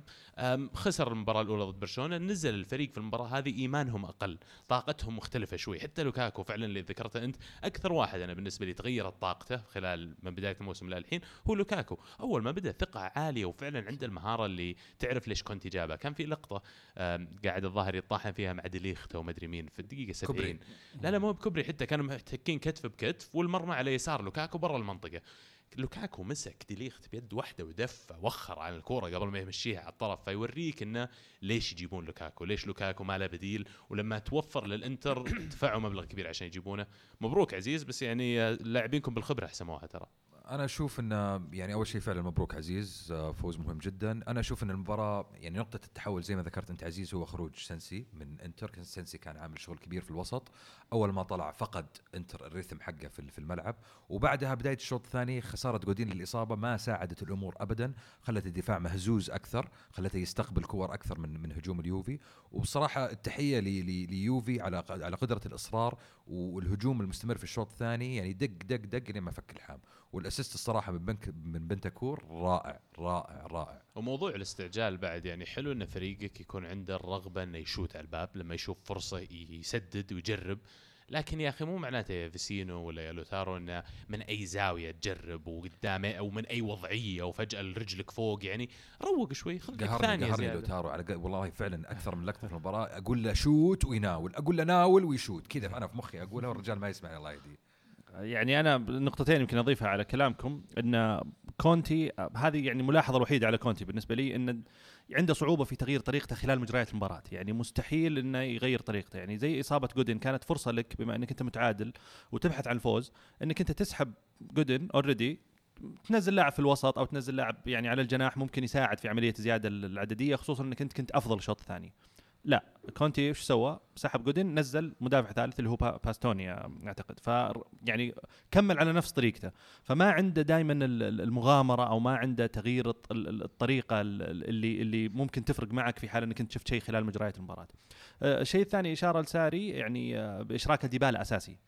خسر المباراة الأولى ضد برشلونة، نزل الفريق في المباراة هذه إيمانهم أقل، طاقتهم مختلفة شوي. حتى لوكاكو فعلا اللي ذكرته أنت، أكثر واحد أنا بالنسبة لي تغيرت طاقته خلال من بداية الموسم للحين هو لوكاكو. أول ما بدأ ثقة عالية وفعلا عنده المهارة اللي تعرف ليش كونتي جابها. كان في لقطة قاعد الظاهر يطاحن فيها مع ديليخت وما أدري مين في الدقيقة سبعين، لا لا مو بكبري، حتى كانوا متكين كتف بكتف والمرمى على يسار لوكاكو برا المنطقة. لوكاكو مسك ديليخت بيد واحدة ودفه وخر على الكورة قبل ما يمشيها على الطرف، فيوريك إنه ليش يجيبون لوكاكو، ليش لوكاكو ما له بديل، ولما توفر للإنتر دفعوا مبلغ كبير عشان يجيبونه. مبروك عزيز، بس يعني لاعبينكم بالخبرة حسموها ترى. انا اشوف ان يعني اول شيء فعلا مبروك عزيز، فوز مهم جدا. انا اشوف ان المباراه يعني نقطه التحول زي ما ذكرت انت عزيز هو خروج سنسي من انتر. كان سنسي كان عامل شغل كبير في الوسط، اول ما طلع فقد انتر الريتم حقه في في الملعب، وبعدها بدايه الشوط الثاني خساره جودين للاصابه ما ساعدت الامور ابدا، خلت الدفاع مهزوز اكثر، خلته يستقبل كور اكثر من من هجوم اليوفي. وبصراحه التحيه ليوفي على على قدره الاصرار والهجوم المستمر في الشوط الثاني، يعني دق دق دق لين ما فك الحام. والاسيست الصراحه من بنك من بنتاكور رائع رائع رائع. وموضوع الاستعجال بعد يعني حلو ان فريقك يكون عنده الرغبه انه يشوت على الباب لما يشوف فرصه يسدد ويجرب، لكن يا اخي مو معناته يا فيسينو ولا يا لوتارو انه من اي زاويه تجرب وقدامه او من اي وضعيه وفجاه رجلك فوق، يعني روق شوي خليك ثانيه زياده. لوتارو على والله فعلا اكثر من لقطه في المباراه اقول له شوت ويناول، اقول له ناول ويشوت كذا، انا في مخي اقولها والرجال ما يسمعني الله يهديه. يعني أنا نقطتين يمكن أضيفها على كلامكم، أن كونتي هذه يعني ملاحظة الوحيدة على كونتي بالنسبة لي، أن عنده صعوبة في تغيير طريقته خلال مجريات المباراة، يعني مستحيل أنه يغير طريقته. يعني زي إصابة جودن كانت فرصة لك بما أنك أنت متعادل وتبحث عن الفوز، أنك أنت تسحب جودن أوريدي، تنزل لاعب في الوسط أو تنزل لاعب يعني على الجناح ممكن يساعد في عملية زيادة العددية، خصوصا أنك أنت كنت أفضل الشوط الثاني. لا، كونتي ايش سوى؟ سحب جودن، نزل مدافع ثالث اللي هو باستوني اعتقد، ف يعني كمل على نفس طريقته، فما عنده دائما المغامره او ما عنده تغيير الطريقه اللي اللي ممكن تفرق معك في حال انك انت شفت شيء خلال مجريات المباراه. الشيء الثاني اشاره لساري يعني باشراك ديبالا اساسي.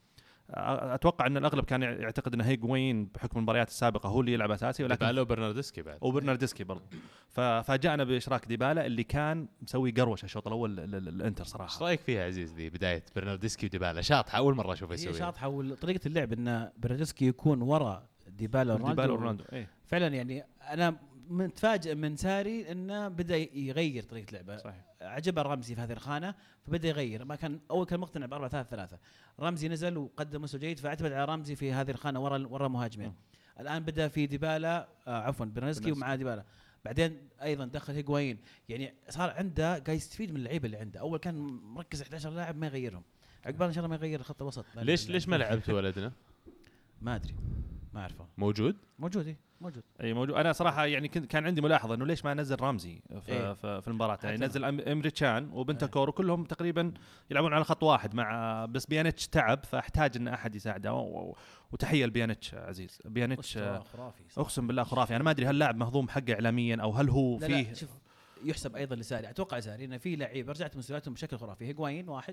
اتوقع ان الاغلب كان يعتقد ان هيغوين بحكم المباريات السابقه هو اللي يلعب اساسي، ولكن ديبالا وبرناردسكي بعد وبرناردسكي برضه، ففاجأنا باشراك ديبالا اللي كان مسوي قروشه الشوط الاول للانتر صراحه. ايش رايك فيها عزيز ذي بدايه برناردسكي وديبالا؟ شاطحه اول مره اشوفه يسويها. هي شاطحه، وطريقه اللعب ان برناردسكي يكون وراء ديبالا ورونالدو. ايه فعلا يعني انا متفاجئ من ساري انه بدا يغير طريقه لعبه. صحيح. عجبه رمزي في هذه الخانه فبدا يغير، ما كان اول كان مقتنع ب أربعة ثلاثة ثلاثة، رمزي نزل وقدم مستوى جيد فاعتمد على رمزي في هذه الخانه ورا ورا مهاجمين. الان بدا في ديبالا آه عفوا برنسكي ومعاه ديبالا، بعدين ايضا دخل هيغوايين، يعني صار عنده قاعد يستفيد من اللعيبه اللي عنده. اول كان مركز أحد عشر لاعب ما يغيرهم، عقبال ان شاء الله ما يغير خط الوسط. ليش ليش ما لعبت ولدنا؟ ما ادري ما اعرفه. موجود موجود ايه موجود اي موجود. انا صراحه يعني كنت كان عندي ملاحظه انه ليش ما نزل رمزي في إيه؟ في, في المباراه، يعني نزل امريتشان وبنتاكور إيه؟ وكلهم تقريبا يلعبون على خط واحد مع بس بيانيتش تعب فاحتاج ان احد يساعده، وتحيه لبيانيتش عزيز. بيانيتش خرافي اقسم بالله خرافي. انا ما ادري هل اللاعب مهضوم حقه اعلاميا او هل هو لا فيه لا شوف يحسب ايضا لساري. اتوقع ساري انه في لعيبه رجعت مستوياتهم بشكل خرافي. هيغوايين واحد،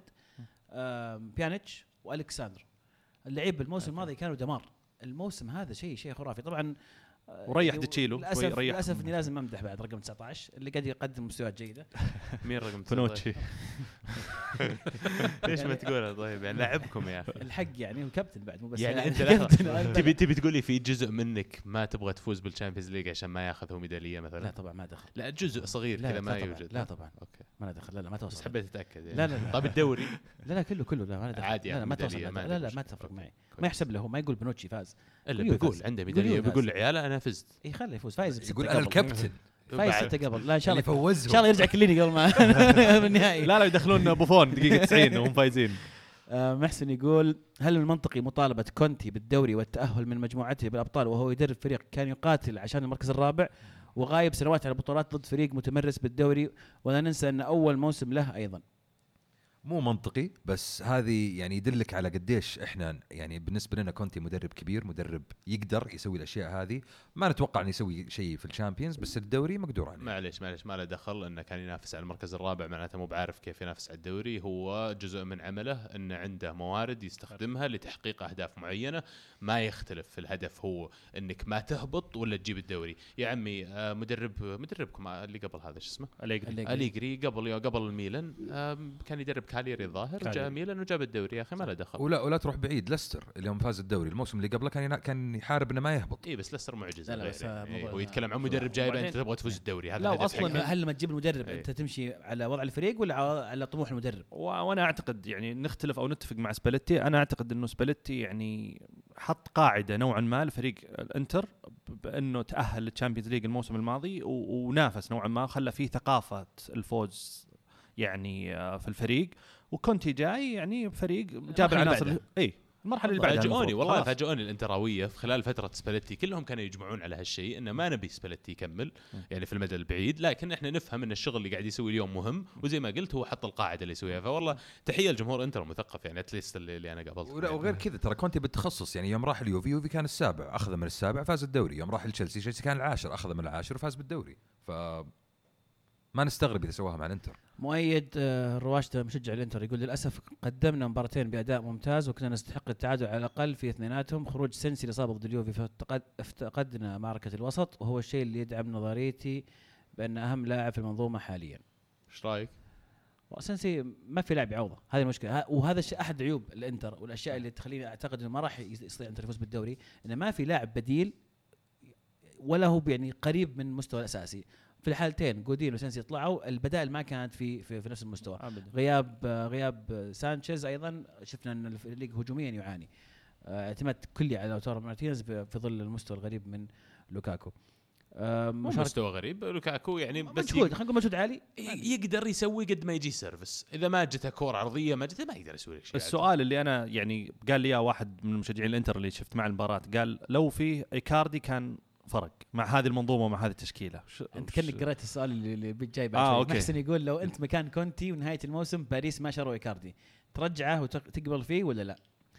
بيانيتش والكساندر، اللعيبه الموسم الماضي كانوا دمار، الموسم هذا شيء شيء خرافي. طبعا وريح تشيلو للاسف للاسف اني لازم امدح بعد رقم تسعة عشر اللي قاعد يقدم مستويات جيده. مين رقم فنوتشي؟ ليش ما تقولها طيب؟ يعني لاعبكم يا اخي الحق يعني وكابتن بعد مو بس يعني انت تبي تبي تقول لي في جزء منك ما تبغى تفوز بالشامبيونز ليج عشان ما ياخذ هو ميداليه مثلا؟ لا طبعا ما دخل. لا جزء صغير كذا ما يوجد. لا طبعا اوكي ما دخل. لا لا ما توصل. بس حبيت اتاكد يعني. لا لا طيب الدوري لا لا كله كله لا ما دخل. عادي لا, لا ما توصل. لا لا ما تفرق معي. ما يحسب له، ما يقول بنوتشي فاز الا بيقول عنده ميداليه، بيقول لعياله انا فزت. اي خليه يفوز فايز، يقول انا الكابتن فايز ستة قبل. لا ان شاء الله يفوزهم، ان شاء الله يرجع كليني قبل ما النهائي. لا لا يدخلون بوفون دقيقه تسعين وهم فايزين. آه محسن يقول هل من المنطقي مطالبه كونتي بالدوري والتاهل من مجموعته بالابطال وهو يدرب فريق كان يقاتل عشان المركز الرابع وغايب سنوات على البطولات ضد فريق متمرس بالدوري، ولا ننسى ان اول موسم له ايضا؟ مو منطقي، بس هذه يعني يدلك على قديش احنا يعني بالنسبه لنا كونتي مدرب كبير، مدرب يقدر يسوي الاشياء هذه. ما نتوقع انه يسوي شيء في الشامبيونز، بس الدوري مقدور عليه. معليش معليش ما له دخل انه كان ينافس على المركز الرابع، معناته مو بعارف كيف ينافس على الدوري. هو جزء من عمله انه عنده موارد يستخدمها لتحقيق اهداف معينه. ما يختلف الهدف هو انك ما تهبط ولا تجيب الدوري. يا عمي مدرب مدربكم اللي قبل هذا شو اسمه أليجري أليجري قبل قبل الميلان كان يدرب كاليري الظاهر، وجاء ميلان وجاب الدوري. يا اخي ما له دخل. ولا ولا تروح بعيد، ليستر اللي هم فاز الدوري الموسم اللي قبله كان كان يحارب انه ما يهبط. اي بس ليستر معجزه. لا لا بس إيه هو يتكلم عن مدرب جايب انت تبغى تفوز الدوري. هذا لا اصلا هل لما تجيب المدرب أي. انت تمشي على وضع الفريق ولا على طموح المدرب؟ وانا اعتقد يعني نختلف او نتفق مع سباليتي. انا اعتقد انه سباليتي يعني حط قاعده نوعا ما لفريق الانتر بانه تاهل للتشامبيونز ليج الموسم الماضي ونافس نوعا ما، خلى فيه ثقافه الفوز يعني في الفريق. وكونتي جاي يعني فريق جاب العناصر اي المرحله اللي بعدها. فاجئوني والله فاجئوني الانتراويه في خلال فتره سباليتي كلهم كانوا يجمعون على هالشيء، انه ما نبي سباليتي يكمل يعني في المدى البعيد، لكن احنا نفهم ان الشغل اللي قاعد يسوي اليوم مهم، وزي ما قلت هو حط القاعده اللي يسويها. فوالله تحيه لجمهور انتر المثقف يعني اتليست اللي, اللي انا قابلته. وغير كذا ترى كونتي بالتخصص، يعني يوم راح اليوفي يوفي كان السابع اخذ من السابع فاز الدوري، يوم راح لتشيلسي تشيلسي كان العاشر اخذ من العاشر وفاز بالدوري. ف ما نستغرب اذا سواها مع الانتر. مؤيد رواشته مشجع الانتر يقول للاسف قدمنا مباراتين باداء ممتاز وكنا نستحق التعادل على الاقل في اثنيناتهم. خروج سنسي لصابه ضد اليوفي فافتقدنا معركه الوسط، وهو الشيء اللي يدعم نظريتي بان اهم لاعب في المنظومه حاليا. ايش رايك؟ سنسي ما في لاعب يعوضه، هذه المشكله. وهذا الشيء احد عيوب الانتر والاشياء اللي تخليني اعتقد انه ما راح يستطيع انتر يفوز بالدوري، انه ما في لاعب بديل ولا هو يعني قريب من مستوى الاساسي. في الحالتين جودين وسنسي طلعوا، البدائل ما كانت في في, في نفس المستوى. أبداً. غياب غياب سانشيز ايضا شفنا ان الليج هجوميا يعاني، اعتماد كلي على لوتارو مارتينيز في ظل المستوى الغريب من لوكاكو. مستوى غريب لوكاكو يعني بس مجهود، خلينا نقول مجهود عالي، يقدر يسوي قد ما يجي سيرفس. اذا ما جته كوره عرضيه ما جته ما يقدر يسوي لك شيء. السؤال اللي انا يعني قال لي واحد من مشجعين الانتر اللي شفت مع المباراه، قال لو فيه ايكاردي كان فرق مع هذه المنظومه ومع هذه التشكيله. انت كانك قرأت السؤال اللي جاي بعد آه شوي. محسن يقول لو انت مكان كونتي ونهايه الموسم باريس ما شروا ايكاردي ترجعه وتقبل فيه ولا لا؟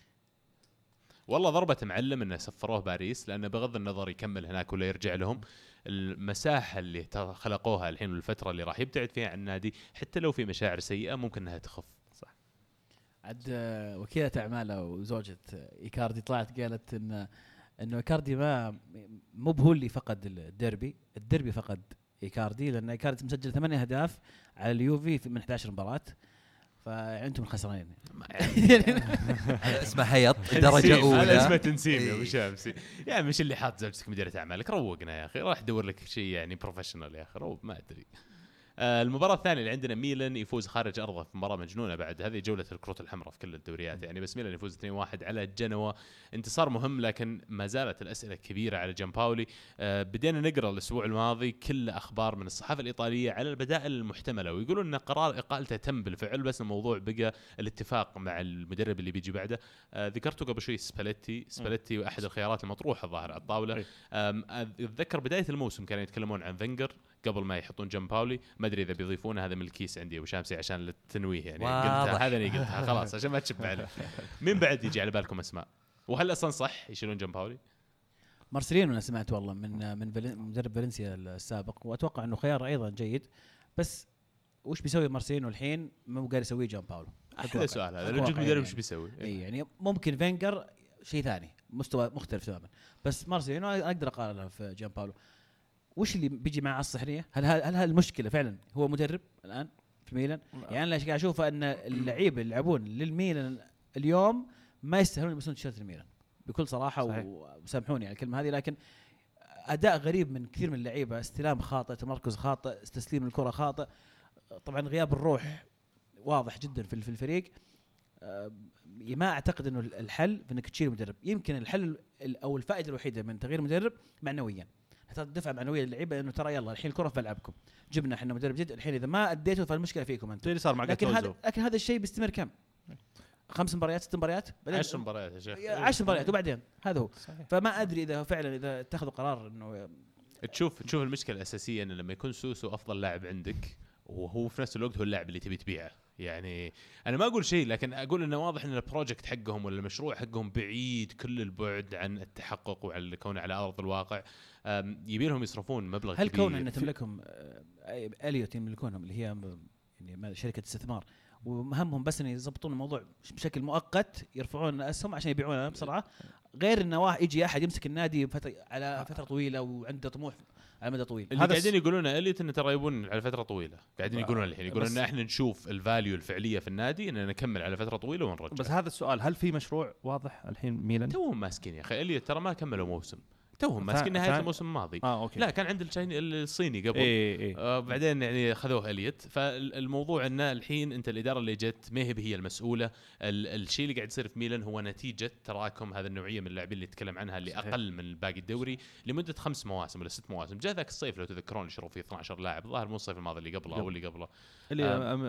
والله ضربة معلم انه سفروه باريس، لانه بغض النظر يكمل هناك ولا يرجع لهم، المساحة اللي خلقوها الحين والفترة اللي راح يبتعد فيها عن النادي حتى لو في مشاعر سيئة ممكن انها تخف. صح. عد وكيلة اعماله وزوجة ايكاردي طلعت قالت ان انه ايكاردي ما مو هو اللي فقد الديربي، الديربي فقد ايكاردي، لان ايكاردي مسجل ثمانية اهداف على اليوفي من إحدى عشرة مباراة، فانتم الخسرانين. هذا اسمه هيط درجه اولى، هذا اسمه تنسيم يا ابو شامسي. يعني مش اللي حاط زوجتك مديرة اعمالك، روقنا يا اخي، راح دور لك شيء يعني بروفيشنال يا اخي، روق ما ادري. آه المباراة الثانية اللي عندنا ميلان يفوز خارج أرضه في مباراة مجنونة بعد، هذه جولة الكروت الحمراء في كل الدوريات يعني، بس ميلان يفوز اثنين واحد على جنوا. انتصار مهم لكن ما زالت الأسئلة كبيرة على جامباولي. آه بدينا نقرأ الأسبوع الماضي كل أخبار من الصحافة الإيطالية على البدائل المحتملة، ويقولون أن قرار إقالته تم بالفعل، بس الموضوع بقى الاتفاق مع المدرب اللي بيجي بعده. آه ذكرته قبل شوي سباليتي سباليتي وأحد الخيارات المطروحة الظاهر على الطاولة. أتذكر بداية الموسم كانوا يتكلمون عن فينجر قبل ما يحطون جامباولي، ما ادري اذا بيضيفون هذا من الكيس عندي ابو شامسي عشان التنويه يعني قلتها، هذا اللي قلتها خلاص عشان ما تشب عليه. مين بعد يجي على بالكم اسماء؟ وهل اصلا صح يشيلون جامباولي؟ مارسيلينو انا سمعت والله من من مدرب فالنسيا السابق، واتوقع انه خيار ايضا جيد، بس وش بيسوي مارسيلينو الحين مو قادر يسويه جامباولو؟ هذا سؤال، هذا لو جد مدرب وش بيسوي؟ اي يعني ممكن فينجر شيء ثاني مستوى مختلف تماما، بس مارسيلينو اقدر اقارنه في جامباولو. وش اللي بيجي معه الصحريه؟ هل هل هل المشكله فعلا هو مدرب الان في ميلان؟ يعني انا قاعد اشوف ان اللعيبه اللي يلعبون للميلان اليوم ما يستاهلون يلبسون تيشيرت الميلان بكل صراحه، وسامحوني على الكلمه هذه، لكن اداء غريب من كثير من اللعيبه، استلام خاطئ، تمركز خاطئ، تسليم الكره خاطئ، طبعا غياب الروح واضح جدا في في الفريق. ما اعتقد انه الحل في انك تشيل مدرب، يمكن الحل او الفائده الوحيده من تغيير مدرب معنويا، حتى دفع معنويه للعيبه انه ترى يلا الحين الكره في ملعبكم، جبنا احنا مدرب جديد، الحين اذا ما اديته فالمشكله فيكم انتم. اللي صار مع لكن هذا لكن هذا الشيء بيستمر كم؟ خمس مباريات ست مباريات عشر مباريات يا شيخ، عشر مباريات وبعدين هذا هو. فما ادري اذا فعلا اذا اتخذوا قرار انه تشوف تشوف المشكله الاساسيه ان لما يكون سوسو افضل لاعب عندك وهو في نفس الوقت هو اللاعب اللي تبي تبيعه، يعني انا ما اقول شيء، لكن اقول انه واضح ان البروجكت حقهم ولا المشروع حقهم بعيد كل البعد عن التحقق وعن الكون على ارض الواقع. يبي لهم يصرفون مبلغ هل كبير. كون ان تملكهم اليوت يملكونهم اللي هي يعني شركه استثمار ومهمهم بس ان يضبطون الموضوع بشكل مؤقت، يرفعون اسهم عشان يبيعونها بسرعه، غير انه واحد يجي احد يمسك النادي فترة على فتره طويله وعنده طموح على مدى طويل. اللي قاعدين يقولون اليت انه ترى يبون على فتره طويله، قاعدين يقولون الحين يقولون ان احنا نشوف الفاليو الفعليه في النادي اننا نكمل على فتره طويله ونرجع. بس هذا السؤال، هل في مشروع واضح الحين ميلان؟ توهم ماسكين يا اخي، اليت ترى ما كملوا موسم، توهم ماسكين نهايه الموسم الماضي. آه، أوكي. لا كان عند الشايني الصيني قبل إيه إيه. آه بعدين يعني خذوه اليت. فالموضوع ان الحين انت الاداره اللي جت ما هي هي المسؤوله. الشيء اللي قاعد يصير في ميلان هو نتيجه تراكم هذا النوعيه من اللاعبين اللي يتكلم عنها اللي صحيح. اقل من باقي الدوري لمده خمس مواسم ولا ست مواسم. جاء ذاك الصيف لو تذكرون شروا فيه اثنا عشر لاعب، ظاهر مو الصيف الماضي اللي قبله او اللي قبله اللي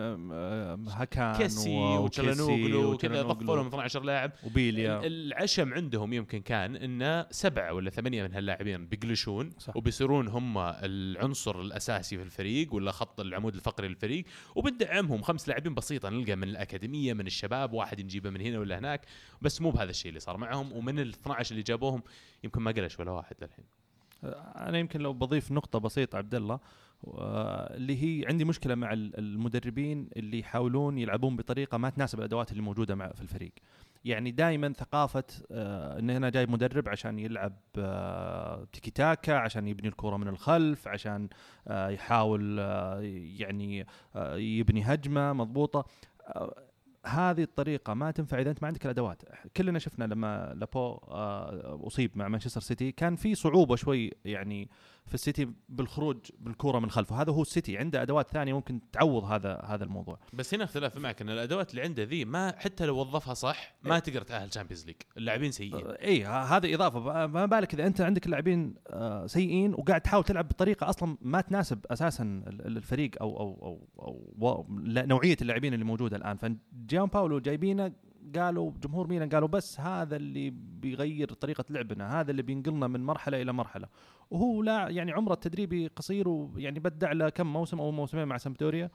هكان كيسي وتشالانوغلو وكذا، ضفوا لهم اثنا عشر لاعب وبيليا. العشم عندهم يمكن كان ان سبعه ولا ثمانيه من هاللاعبين بيجلشون وبيصيرون هم العنصر الاساسي في الفريق ولا خط العمود الفقري للفريق، وبندعمهم خمس لاعبين بسيطه نلقى من الاكاديميه من الشباب، واحد نجيبه من هنا ولا هناك. بس مو بهذا الشيء اللي صار معهم، ومن ال اثنا عشر اللي جابوهم يمكن ما قلش ولا واحد للحين. انا يمكن لو بضيف نقطه بسيطه عبد الله، اللي هي عندي مشكله مع المدربين اللي يحاولون يلعبون بطريقه ما تناسب الادوات اللي موجوده مع في الفريق. يعني دائما ثقافه آه ان انا جايب مدرب عشان يلعب آه تيكي تاكا، عشان يبني الكره من الخلف، عشان آه يحاول آه يعني آه يبني هجمه مضبوطه. آه هذه الطريقة ما تنفع إذا أنت ما عندك الأدوات. كلنا شفنا لما لابو آه أصيب مع مانشستر سيتي كان في صعوبة شوي يعني في السيتي بالخروج بالكرة من خلفه. هذا هو السيتي عنده أدوات ثانية ممكن تعوض هذا هذا الموضوع. بس هنا اختلاف معك ان الأدوات اللي عنده ذي ما حتى لو وظفها صح ما إيه؟ تقدر تأهل تشامبيونز ليج. اللاعبين سيئين. آه إيه هذا إضافة. ما بالك إذا أنت عندك اللاعبين آه سيئين وقاعد تحاول تلعب بطريقة أصلا ما تناسب أساسا الفريق أو أو أو, أو نوعية اللاعبين اللي موجودة الآن. فجيان باولو جايبينه قالوا جمهور ميلان قالوا بس هذا اللي بيغير طريقة لعبنا، هذا اللي بينقلنا من مرحلة إلى مرحلة. وهو لا يعني عمره التدريبي قصير ويعني بدع له كم موسم أو موسمين مع سامبدوريا،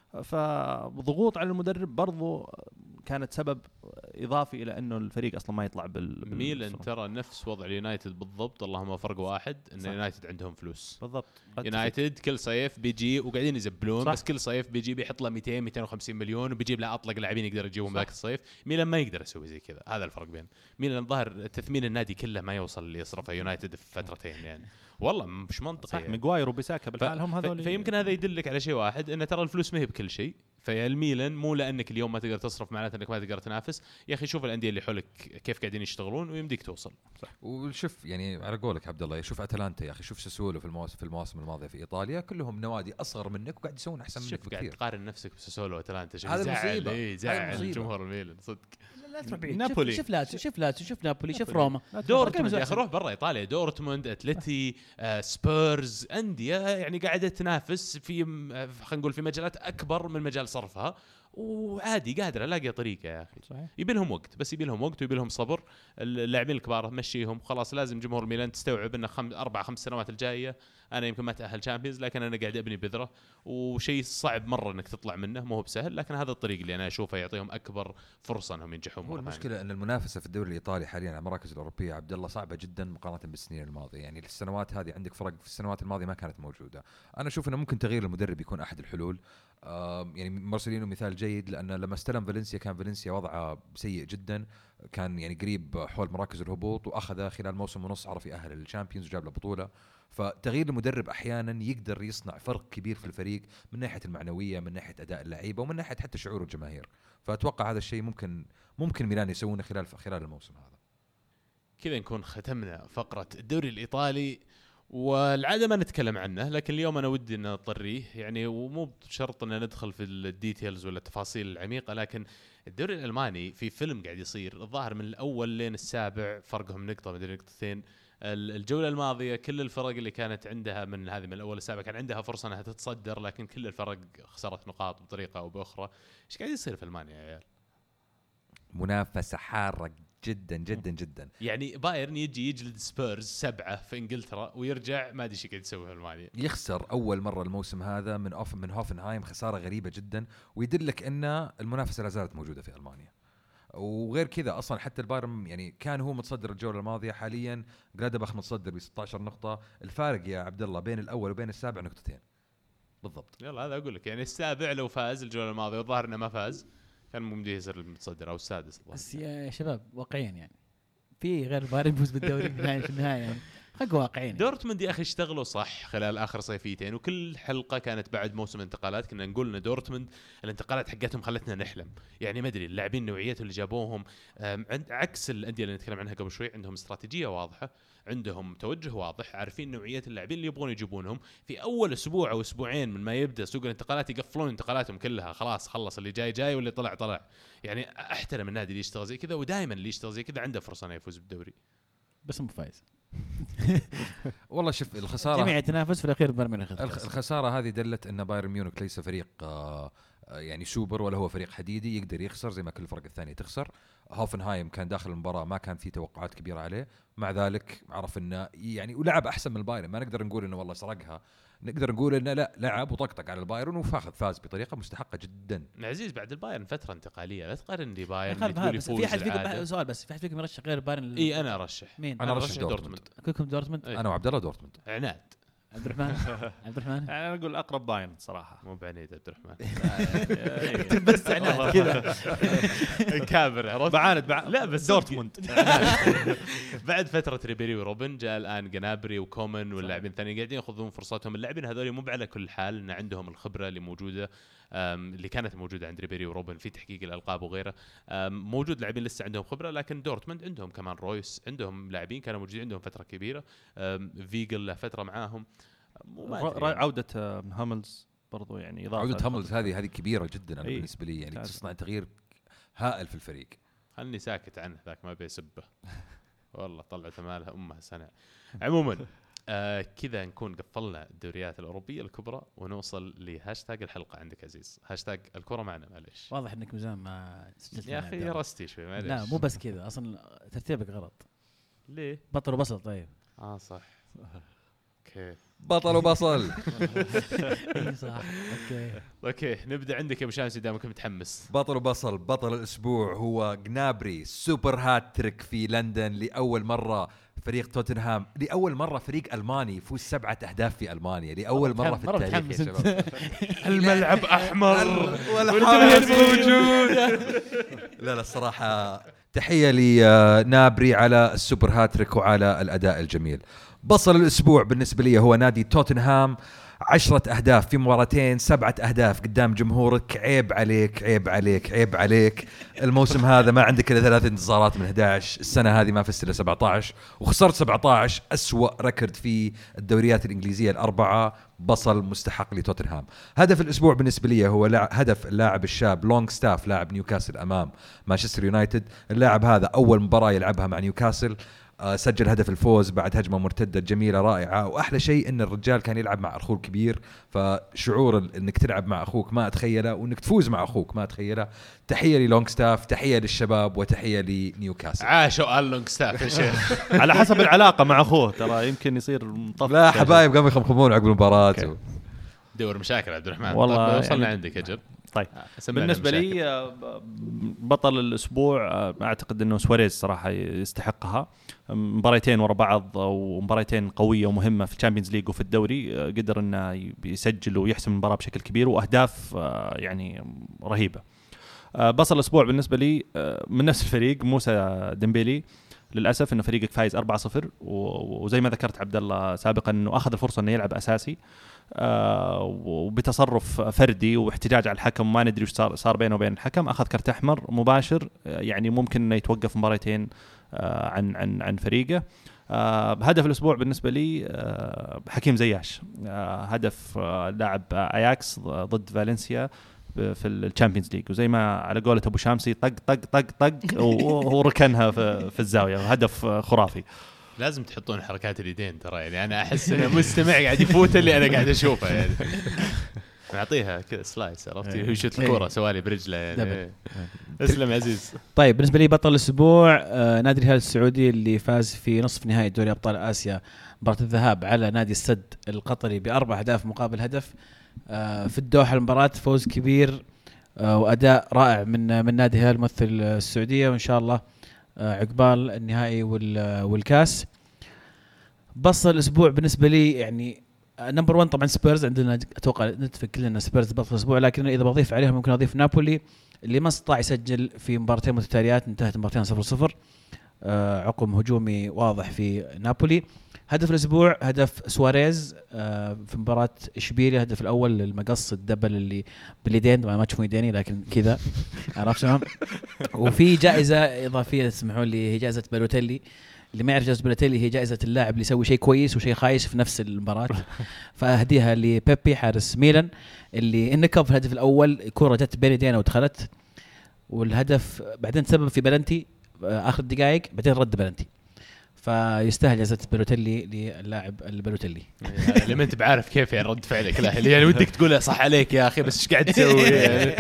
فضغوط على المدرب برضو كانت سبب إضافي إلى أنه الفريق أصلا ما يطلع بال ميلان ترى نفس وضع اليونايتد بالضبط، اللهم فرق واحد إن اليونايتد عندهم فلوس بالضبط. يونايتد كل صيف بيجي وقاعدين يزبلون صح. بس كل صيف بيجي بيحط له مئتين مئتين وخمسين مليون وبيجيب له أطلق لاعبين يقدر يجيبهم ذاك الصيف. ميلان ما يقدر يسوي زي كذا. هذا الفرق بين ميلان، ظاهر تثمين النادي كله ما يوصل اللي يصرفه يونايتد في فترتين يعني والله مش منطقي. صح يعني. ميغواير وبيساكا بالحالهم هذول. فيمكن هذا يدلك على شيء واحد، إن ترى الفلوس ما هي بكل شيء. فيا الميلان مو لانك اليوم ما تقدر تصرف معناته انك ما تقدر تنافس. يا اخي شوف الانديه اللي حولك كيف قاعدين يشتغلون ويمديك توصل. صح. وشوف يعني على قولك عبد الله، شوف اتلانتا يا اخي، شوف ساسولو في المواسم في المواسم الماضيه في ايطاليا، كلهم نوادي اصغر منك وقاعد يسوون احسن منك بكثير. قاعد تقارن نفسك بساسولو واتلانتا، شيء هذا زعل ايه زعل جمهور الميلان صدق. لا تروح بعيد. نابولي شوف لاتسيو شوف لاتسيو شوف نابولي شوف روما. دورتموند يا اخي روح برا ايطاليا، دورتموند اتلتي آه سبيرز، انديه يعني قاعده تنافس في خلينا نقول في مجالات اكبر من مجال صرفها، وعادي قادر الاقي طريقه يا اخي. يبي لهم وقت، بس يبي لهم وقت ويبي لهم صبر. اللاعبين الكبار مشيهم خلاص. لازم جمهور ميلان تستوعب ان خم... اربع خمس سنوات الجايه انا يمكن ما تاهل تشامبيونز، لكن انا قاعد ابني بذره، وشيء صعب مره انك تطلع منه، مو هو بسهل، لكن هذا الطريق اللي انا اشوفه يعطيهم اكبر فرصه انهم ينجحون. هو المشكله ان المنافسه في الدوري الايطالي حاليا على المراكز الاوروبيه عبد الله صعبه جدا مقارنه بالسنين الماضيه. يعني السنوات هذه عندك فرق في السنوات الماضيه ما كانت موجوده. انا اشوف انه ممكن تغيير المدرب يكون احد الحلول. يعني مارسيلينو مثال جيد، لأن لما استلم فالنسيا كان فالنسيا وضعه سيء جدا، كان يعني قريب حول مراكز الهبوط، وأخذ خلال موسم ونص عرف يأهل الشامبيونز وجاب له بطولة. فتغيير المدرب أحيانا يقدر يصنع فرق كبير في الفريق من ناحية المعنوية، من ناحية أداء اللعيبة، ومن ناحية حتى شعور الجماهير. فأتوقع هذا الشيء ممكن ممكن ميلان يسوونه خلال خلال الموسم هذا. كذا نكون ختمنا فقرة الدوري الإيطالي، والعادة ما نتكلم عنه، لكن اليوم أنا ودي أن أطريه يعني، ومو بشرط أن ندخل في الديتيلز ولا التفاصيل العميقة. لكن الدوري الألماني في فيلم قاعد يصير الظاهر من الأول لين السابع فرقهم نقطة مدري نقطتين. الجولة الماضية كل الفرق اللي كانت عندها من هذه من الأول للسابع كان عندها فرصة أنها تتصدر، لكن كل الفرق خسرت نقاط بطريقة أو بأخرى. إيش قاعد يصير في ألمانيا يا عيال؟ منافسة حارة جدا جدا جدا. يعني بايرن يجي يجلد سبيرز سبعة في انجلترا ويرجع ما ادري ايش قاعد يسوي في المانيا. يخسر اول مره الموسم هذا من اوف من هوفنهايم، خساره غريبه جدا، ويدلك ان المنافسه لا زالت موجوده في المانيا. وغير كذا اصلا حتى البايرن يعني كان هو متصدر الجوله الماضيه، حاليا جلادباخ متصدر ب ستة عشر نقطه، الفارق يا عبد الله بين الاول وبين السابع نقطتين بالضبط. يلا هذا اقول لك يعني السابع لو فاز الجوله الماضيه والظاهر انه ما فاز كان ممكن يصير المتصدر او السادس. بس يا شباب واقعيا يعني في غير بايرن يفوز بالدوري في النهايه يعني خلينا واقعيين. دورتموند يا اخي اشتغلوا صح خلال اخر صيفيتين، وكل حلقه كانت بعد موسم انتقالات كنا نقول ان دورتموند الانتقالات حقتهم خلتنا نحلم. يعني ما ادري اللاعبين نوعيته اللي جابوهم عند عكس الانديه اللي نتكلم عنها قبل شوي، عندهم استراتيجيه واضحه، عندهم توجه واضح، عارفين نوعيه اللاعبين اللي يبغون يجيبونهم. في اول اسبوع او اسبوعين من ما يبدا سوق الانتقالات يقفلون انتقالاتهم كلها، خلاص خلص اللي جاي جاي واللي طلع طلع. يعني احترم النادي اللي يشتغل زي كذا، ودائما اللي يشتغل زي كذا عنده فرصه انه يفوز بالدوري بس مو فايز. والله شوف الخساره جميع التنافس في الاخير بايرن ميونخ. الخساره هذه دلت ان بايرن ميونخ ليس فريق آه يعني سوبر ولا هو فريق حديدي يقدر يخسر زي ما كل الفرق الثانيه تخسر. هوفنهايم كان داخل المباراه ما كان في توقعات كبيره عليه، مع ذلك عرف انه يعني ولعب احسن من البايرن. ما نقدر نقول انه والله سرقها، نقدر نقول انه لا لعب وطقطق على البايرن وفاخذ فاز بطريقه مستحقه جدا. عزيز بعد البايرن فتره انتقاليه، لا تقارن لي بايرن اللي تقول يفوز. في احد فيكم سؤال بس في احد فيكم يرشح غير بايرن؟ اي انا ارشح. مين؟ انا ارشح دورتموند. كلكم دورتموند؟ انا وعبد الله دورتموند. عناد. عبد الرحمن عبد الرحمن انا اقول اقرب بايرن صراحه، مو بعيد عبد الرحمن. بس عناد كذا كابر بعاند بع... لا بس دورتموند. بعد فتره ريبيري وروبن جاء الان جنابري وكومن واللاعبين الثانيين قاعدين ياخذون فرصتهم. اللاعبين هذول مو على كل حال ان عندهم الخبره اللي موجوده اللي كانت موجوده عند ريبيري وروبن في تحقيق الالقاب وغيره. موجود لاعبين لسه عندهم خبره، لكن دورتموند عندهم كمان رويس، عندهم لاعبين كانوا موجودين عندهم فتره كبيره، فيجل له فتره معاهم. عوده هاملز برضو يعني إضافة. عودة هاملز هذه هذه كبيرة جدا أيه. بالنسبة لي يعني تصنع تغيير هائل في الفريق. خلني ساكت عنه ذاك ما بيسبه والله طلعت مالها أمها سنة. عموما آه كذا نكون قفلنا الدوريات الأوروبية الكبرى ونوصل لهاشتاج الحلقة. عندك عزيز هاشتاج الكرة معنا معليش. واضح انك مزام ما سجلت يا أخي رستي شوي معليش. لا مو بس كذا أصلا ترتيبك غلط. ليه؟ بطل وبصل. طيب آه صح. اوكي بطل وبصل. صح اوكي اوكي نبدا عندك يا ابو شامسي دامك متحمس. بطل وبصل. بطل الاسبوع هو جنابري، سوبر هاتريك في لندن لاول مره. فريق توتنهام لاول مره فريق الماني يفوز سبعه اهداف في المانيا لاول مره في التاريخ يا شباب. الملعب احمر والحارس موجود. لا لا الصراحه تحيه لنابري على السوبر هاتريك وعلى الاداء الجميل. بصل الأسبوع بالنسبة لي هو نادي توتنهام، عشرة أهداف في مباراتين، سبعة أهداف قدام جمهورك. عيب عليك عيب عليك عيب عليك. الموسم هذا ما عندك إلا ثلاث انتصارات من أحد عشر، السنة هذه ما فزت إلا سبعة عشر وخسرت سبعة عشر، أسوأ ركورد في الدوريات الإنجليزية الأربعة. بصل مستحق لتوتنهام. هدف الأسبوع بالنسبة لي هو هدف اللاعب الشاب لونغ ستاف لاعب نيوكاسل أمام مانشستر يونايتد. اللاعب هذا أول مباراة يلعبها مع نيوكاسل سجل هدف الفوز بعد هجمة مرتدة جميلة رائعة. وأحلى شيء إن الرجال كان يلعب مع أخوه الكبير، فشعور إنك تلعب مع أخوك ما أتخيله وإنك تفوز مع أخوك ما أتخيله. تحية للونغ ستاف، تحية للشباب، وتحية لنيوكاسل. عاشوا اللونغ ستاف يا شيخ. على حسب العلاقة مع أخوه ترى يمكن يصير مطفل. لا حبايب قاموا يخمخمون عقب المباراة و... دور مشاكل عبد الرحمن. والله وصلنا يعني عندك أجل. طيب بالنسبة لي بطل الأسبوع أعتقد أنه سواريز صراحة يستحقها. مباراتين ورا بعض ومباراتين قوية ومهمة في الشامبيونز ليج وفي الدوري، قدر أنه يسجل ويحسم المباراة بشكل كبير وأهداف يعني رهيبة. بطل الأسبوع بالنسبة لي من نفس الفريق موسى ديمبيلي. للأسف أنه فريقك فايز أربعة صفر وزي ما ذكرت عبد الله سابقا أنه أخذ الفرصة أنه يلعب أساسي آه وبتصرف فردي واحتجاج على الحكم ما ندري وش صار صار بينه وبين الحكم، أخذ كرت أحمر مباشر. يعني ممكن أنه يتوقف مباراتين آه عن عن عن فريقه. آه هدف الأسبوع بالنسبة لي آه حكيم زياش، آه هدف آه لاعب أياكس ضد فالنسيا في الشامبيونز ليج، وزي ما على قولة أبو شامسي طق طق طق طق وركنها في, في الزاوية. هدف خرافي. لازم تحطون حركات اليدين ترى، يعني أنا أحس إن مستمع قاعد يفوت اللي أنا قاعد أشوفه يعني. معطيها كذا سلايس عرفتي إيه. هو يشوت إيه. الكوره سوالي برجله يعني دبل. إيه. اسلم عزيز. طيب بالنسبه لي بطل الاسبوع آه نادي الهلال السعودي اللي فاز في نصف نهائي دوري ابطال اسيا مباراه الذهاب على نادي السد القطري باربع اهداف مقابل هدف آه في الدوحه. المباراه فوز كبير آه واداء رائع من من نادي الهلال ممثل السعوديه، وان شاء الله آه عقبال النهائي والكاس. بصل الاسبوع بالنسبه لي يعني نمبر واحد طبعا سبيرز، عندنا اتوقع نتفق كلنا سبيرز بطل الاسبوع، لكن اذا بضيف عليهم ممكن اضيف نابولي اللي ما استطاع يسجل في مباراتين متتاليات، انتهت مباراتين صفر صفر آه عقم هجومي واضح في نابولي. هدف الاسبوع هدف سواريز آه في مباراه اشبيليا، الهدف الاول المقص الدبل اللي باليدين، ما تشوفون يديني لكن كذا عرفت شلون. وفي جائزه اضافيه تسمحوا لي، هي جائزه بالوتيلي. اللي ما يعرف جائزة بالوتيلي هي جائزة اللاعب اللي يسوي شيء كويس وشيء خايس في نفس المباراة. فأهديها لبيبي حارس ميلان اللي انكب في الهدف الأول، كرة جت بين يدينه ودخلت، والهدف بعدين تسبب في بلنتي آخر الدقائق، بعدين رد بلنتي. فيستاهل جائزة بالوتيلي للاعب البالوتيلي. اللي ما انت بعارف كيف يعني رد فعلك، لا يعني ودك تقول صح عليك يا أخي بس ايش قاعد تسوي يعني.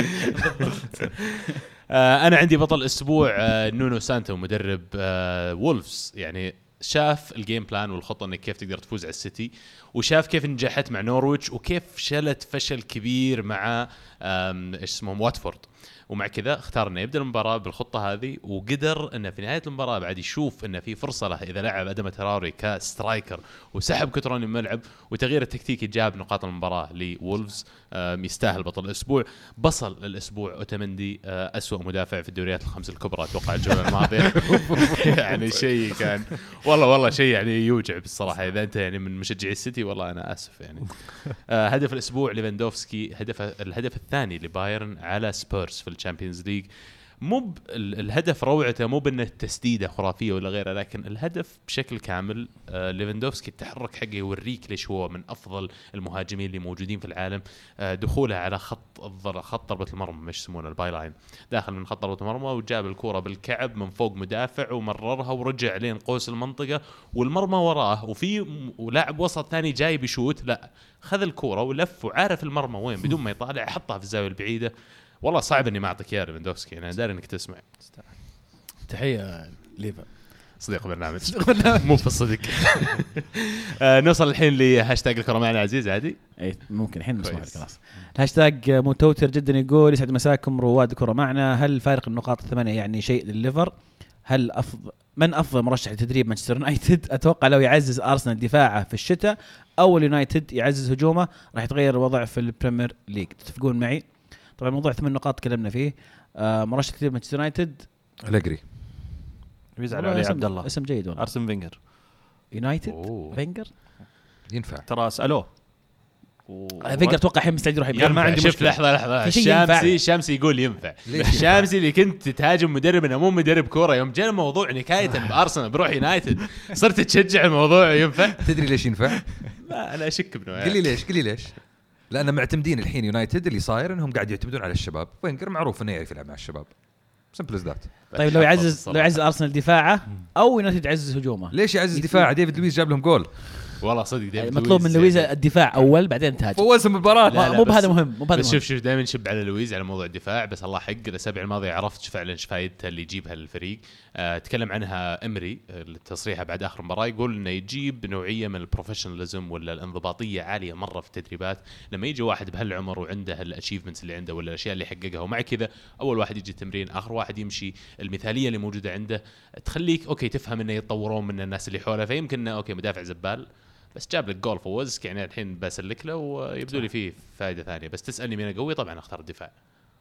آه أنا عندي بطل أسبوع آه نونو سانتو مدرب آه وولفز. يعني شاف الجيم بلان والخطة انك كيف تقدر تفوز على السيتي، وشاف كيف نجحت مع نورويتش وكيف فشلت فشل كبير مع ايش اسمهم واتفورد. ومع كذا اختار انه يبدا المباراه بالخطه هذه، وقدر انه في نهايه المباراه بعد يشوف انه في فرصه له اذا لعب ادم تراري كسترايكر وسحب كترون الملعب، وتغيير التكتيكي جاب نقاط المباراه لولفز. يستاهل بطل الاسبوع. بصل الاسبوع اوتامندي اسوأ مدافع في الدوريات الخمس الكبرى اتوقع الجوله الماضيه. يعني شيء كان والله والله شيء يعني يوجع بالصراحه اذا انت يعني من مشجعي السيتي، والله انا اسف يعني. هدف الاسبوع ليفاندوفسكي، هدف الهدف الثاني لبايرن على سبيرز في الشامبيونز ليج. مو الهدف روعته مو بانه تسديده خرافيه ولا غيره، لكن الهدف بشكل كامل آه ليفاندوفسكي التحرك حقه يوريك ليش هو من افضل المهاجمين اللي موجودين في العالم. آه دخوله على خط خط ضربه المرمى مش يسمونه الباي لاين، داخل من خط ضربه المرمى وجاب الكره بالكعب من فوق مدافع ومررها ورجع لين قوس المنطقه والمرمى وراه، وفي ولاعب وسط ثاني جاي بيشوت لا خذ الكره ولف وعارف المرمى وين بدون ما يطالع حطها في الزاويه البعيده. والله صعب اني ما اعطيك يا ليفاندوفسكي، انا داري انك تسمع. تحيه ليفا صديق برنامج مو في الصدق. آه نوصل الحين لهاشتاج الكرة معنا عزيز عادي. اي ممكن الحين نسمع خلاص. الهاشتاج متوتر جدا يقول يسعد مساكم رواد الكرة معنا، هل فارق النقاط الثمانية يعني شيء للليفر؟ هل أفضل من افضل مرشح لتدريب مانشستر يونايتد؟ اتوقع لو يعزز ارسنال دفاعه في الشتاء او اليونايتد يعزز هجومه راح يتغير الوضع في البريمير ليج. تتفقون معي؟ طبعا موضوع ثمان نقاط تكلمنا فيه. آه مرشح تدريب مانشستر يونايتد أليجري يزعل عليه عبد الله، اسم جيد والله. أرسن فينجر. يونايتد فينجر ينفع ترى اسالوه فينجر اتوقع الحين مستعد يروح يبيع. ما عندي مشكله. لحظه لحظه الشامسي الشامسي يقول ينفع. الشامسي اللي كنت تهاجم مدرب انه مو مدرب كوره، يوم جاء الموضوع نكايه بارسنال بروح يونايتد صرت تشجع الموضوع ينفع. تدري ليش ينفع؟ لا انا اشك بنوع. قل لي ليش قل لي ليش لأن معتمدين الحين يونايتد اللي صاير انهم قاعد يعتمدون على الشباب. فينجر معروف انه يعرف يلعب مع الشباب، سمبل از ذات. طيب لو يعزز لو يعزز ارسنال دفاعه او يونايتد يعزز هجومه، ليش يعزز دفاعه؟ ديفيد لويس جاب لهم جول. والله صدق ديفيد مطلوب من لويز الدفاع اول بعدين تهاجم. فوز المباراه. مو بهذا مهم مو بهذا بس شوف شوف دائما نشب على لويز على موضوع الدفاع، بس الله حق الاسابيع الماضيه عرفت فعلا ايش فائدته اللي يجيبها للفريق. أه تكلم عنها امري التصريح بعد اخر مباراه، يقول انه يجيب نوعيه من البروفيشناليزم ولا الانضباطيه عاليه مره في التدريبات. لما يجي واحد بهالعمر وعنده الاشيفمنتس اللي عنده ولا الاشياء اللي حققها، ومع كذا اول واحد يجي التمرين اخر واحد يمشي، المثاليه اللي موجوده عنده تخليك اوكي تفهم انه يتطورون من الناس اللي حوله. فيمكن اوكي مدافع زبال بس جاب لك جول فوزك، يعني الحين بسلك له ويبدو لي فيه فائده ثانيه. بس تسالني مين قوي، طبعا اختار الدفاع.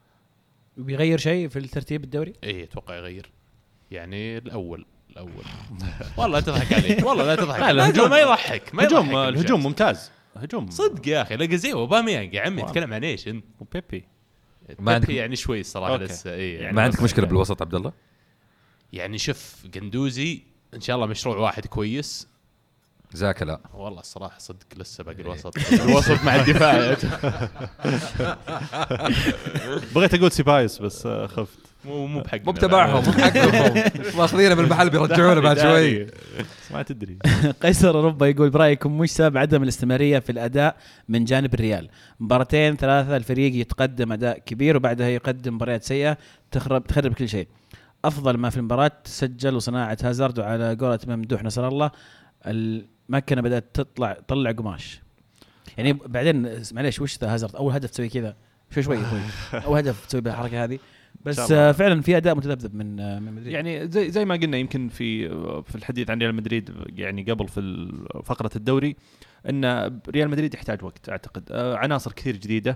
وبيغير شيء في الترتيب الدوري؟ ايه اتوقع يغير، يعني الاول الاول. والله لا تضحك عليك، والله لا تضحك. لا الهجوم ما يضحك، ما هجوم الهجوم ممتاز، هجوم صدق يا اخي. لا زي اوباميانج يا عمي تتكلم عن ايش انت؟ وبيبي ما عندك يعني شوي الصراحه لسه. ايه يعني ما عندك مشكله بالوسط عبد الله؟ يعني شوف قندوزي ان شاء الله مشروع واحد كويس. زاك لا والله الصراحه صدق لسه باقي الوسط. الوسط مع الدفاع. بغيت اقول سيبايس بس خفت. مو مو بحق مو بتبعهم مو بحقهم ماخذينه من المحل بيرجعونه بعد شوي ما تدري. قيصر اوروبا يقول برايكم وش سبب عدم الاستمراريه في الاداء من جانب الريال؟ مباراتين ثلاثه الفريق يتقدم اداء كبير وبعدها يقدم مباريات سيئه تخرب تخرب كل شيء. افضل ما في المباراه سجل وصناعه هازارد، وعلى قولة ممدوح نصر الله المكنه بدات تطلع طلع قماش يعني. بعدين معليش وش ذا هازارد اول هدف تسوي كذا شوي شوي اول هدف تسوي بالحركه هذه، بس فعلا في اداء متذبذب من من مدريد. يعني زي زي ما قلنا يمكن في في الحديث عن ريال مدريد يعني قبل في فقره الدوري ان ريال مدريد يحتاج وقت اعتقد، عناصر كثير جديده،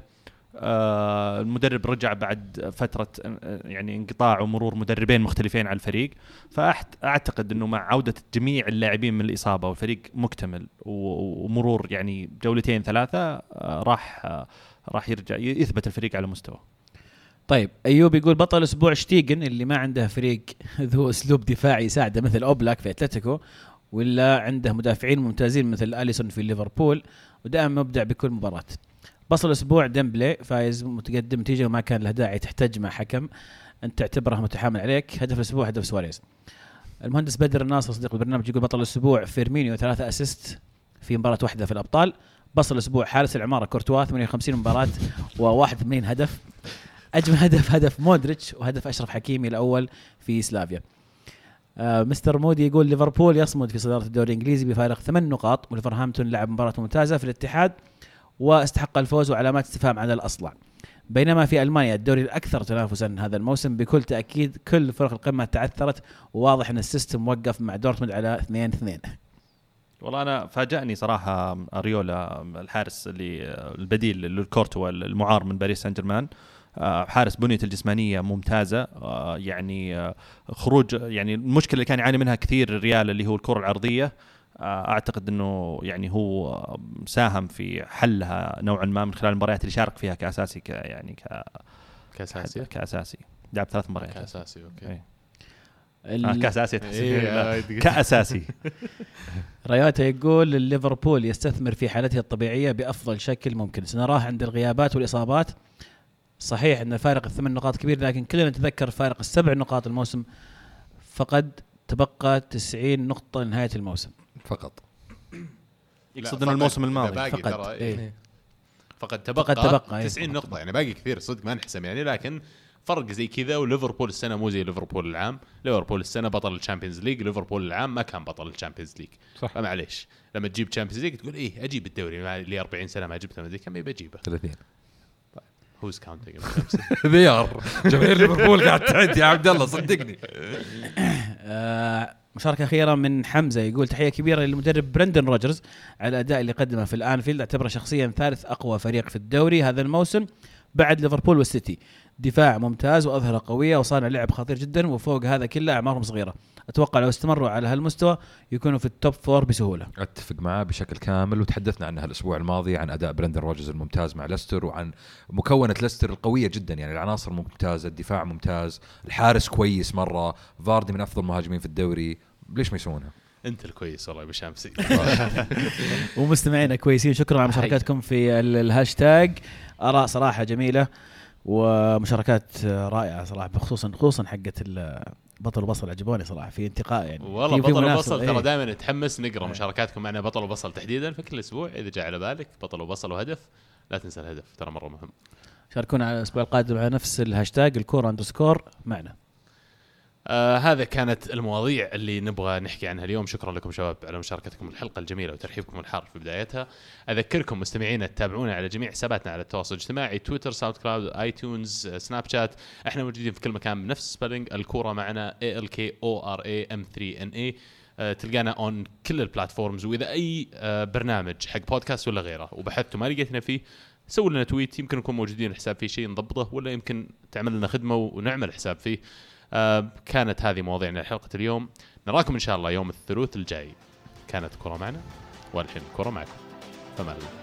المدرب رجع بعد فتره يعني انقطاع ومرور مدربين مختلفين على الفريق، فاعتقد انه مع عوده جميع اللاعبين من الاصابه والفريق مكتمل ومرور يعني جولتين ثلاثه راح راح يرجع يثبت الفريق على مستوى. طيب ايوب يقول بطل اسبوع شتيجن اللي ما عنده فريق ذو اسلوب دفاعي يساعده مثل اوبلاك في اتلتيكو، ولا عنده مدافعين ممتازين مثل اليسون في ليفربول ودائما مبدع بكل مباراه. بصل الاسبوع ديمبلي فايز متقدم نتيجه وما كان له داعي تحتاج مع حكم انت تعتبره متحامل عليك. هدف الاسبوع هدف سواريز. المهندس بدر الناصر صديق البرنامج يقول بطل الاسبوع فيرمينيو ثلاثة اسيست في مباراه واحده في الابطال. بصل الاسبوع حارس العماره كورتوا ثمانية وخمسين مباراه وواحد وثمانين هدف. اجمل هدف هدف مودريتش وهدف اشرف حكيمي الاول في سلافيا. آه مستر مودي يقول ليفربول يصمد في صداره الدوري الانجليزي بفارق ثمان نقاط، وليفرهامبتون لعب مباراه ممتازه في الاتحاد واستحق الفوز وعلامات استفهام على الاصلع. بينما في المانيا الدوري الاكثر تنافسا هذا الموسم بكل تاكيد كل فرق القمه تعثرت، وواضح ان السيستم وقف مع دورتموند على اثنين اثنين. والله انا فاجأني صراحه اريولا الحارس اللي البديل للكورتوا المعار من باريس سان جيرمان، حارس بنيته الجسمانيه ممتازه، يعني خروج يعني المشكله اللي كان يعاني منها كثير الريال اللي هو الكره العرضيه، اعتقد انه يعني هو ساهم في حلها نوعا ما من خلال المباريات اللي شارك فيها كاساسي ك يعني ك كاساسي كاساسي لعب ثلاث مباريات كاساسي اوكي ايه. ال... آه كاساسي إيه كاساسي. رياتا يقول ليفربول يستثمر في حالته الطبيعيه بافضل شكل ممكن، سنراه عند الغيابات والاصابات. صحيح ان فارق الثمان نقاط كبير، لكن كلنا نتذكر فارق السبع نقاط الموسم، فقد تبقى تسعين نقطه لنهايه الموسم فقط. يقصد ان الموسم الماضي فقط إيه. إيه. فقد تبقى, فقد تبقى تسعين إيه. نقطه يعني باقي كثير صدق ما نحسم يعني، لكن فرق زي كذا. وليفربول السنه مو زي ليفربول العام، ليفربول السنه بطل الشامبيونز ليج، ليفربول العام ما كان بطل الشامبيونز ليج. فمعليش لما تجيب تشامبيونز ليج تقول ايه اجيب الدوري لي أربعين سنه ما جبته، ما ادري كم بجيبه ثلاثين. هوز كاونتينج ذيار جماهير ليفربول قاعد تعد يا عبد الله صدقني. مشاركة أخيرة من حمزة يقول تحية كبيرة للمدرب برندن روجرز على الأداء اللي قدمه في الآنفيلد، اعتبره شخصيا ثالث أقوى فريق في الدوري هذا الموسم بعد ليفربول والسيتي. دفاع ممتاز وأظهرة قوية وصانع لعب خطير جدا، وفوق هذا كله أعمارهم صغيرة. أتوقع لو استمروا على هالمستوى يكونوا في التوب فور بسهولة. أتفق معاه بشكل كامل، وتحدثنا عنها الأسبوع الماضي عن أداء برندن روجرز الممتاز مع ليستر، وعن مكونة ليستر القوية جدا، يعني العناصر ممتازة، الدفاع ممتاز، الحارس كويس مرة، فاردي من أفضل المهاجمين في الدوري، ليش ما يسوونها؟ انت الكويس والله يا بشامسي. ومستمعينا كويسين، شكرا على مشاركاتكم في الهاشتاج. آراء صراحة جميلة ومشاركات رائعة صراحة، بخصوصا خصوصا حقت بطل وبصل عجبوني صراحة في انتقاء يعني. والله بطل وبصل ترى ايه. دائما نتحمس نقرا مشاركاتكم معنا بطل وبصل تحديدا في كل اسبوع. اذا جاء على بالك بطل وبصل وهدف لا تنسى الهدف ترى مرة مهم. شاركونا على الاسبوع القادم على نفس الهاشتاج الكورة اندرسكور معنا. آه هذا كانت المواضيع اللي نبغى نحكي عنها اليوم. شكرا لكم شباب على مشاركتكم الحلقة الجميلة وترحيبكم الحار في بدايتها. أذكركم مستمعينا تتابعونا على جميع حساباتنا على التواصل الاجتماعي، تويتر، ساوند كلاود، آي تونز، سناب شات. احنا موجودين في كل مكان بنفس سبيلنج الكورة معنا إيه إل كي أو آر إيه إم ثري إن إيه. آه تلقانا اون كل البلاتفورمز، وإذا أي آه برنامج حق بودكاست ولا غيره وبحثتوا ما لقيتنا فيه سووا لنا تويت، يمكن نكون موجودين حساب فيه شيء نضبطه، ولا يمكن تعمل لنا خدمة ونعمل حساب فيه. آه كانت هذه مواضيعنا لحلقة اليوم. نراكم إن شاء الله يوم الثلاثاء الجاي. كانت كرة معنا والحين كرة معكم، فما الله.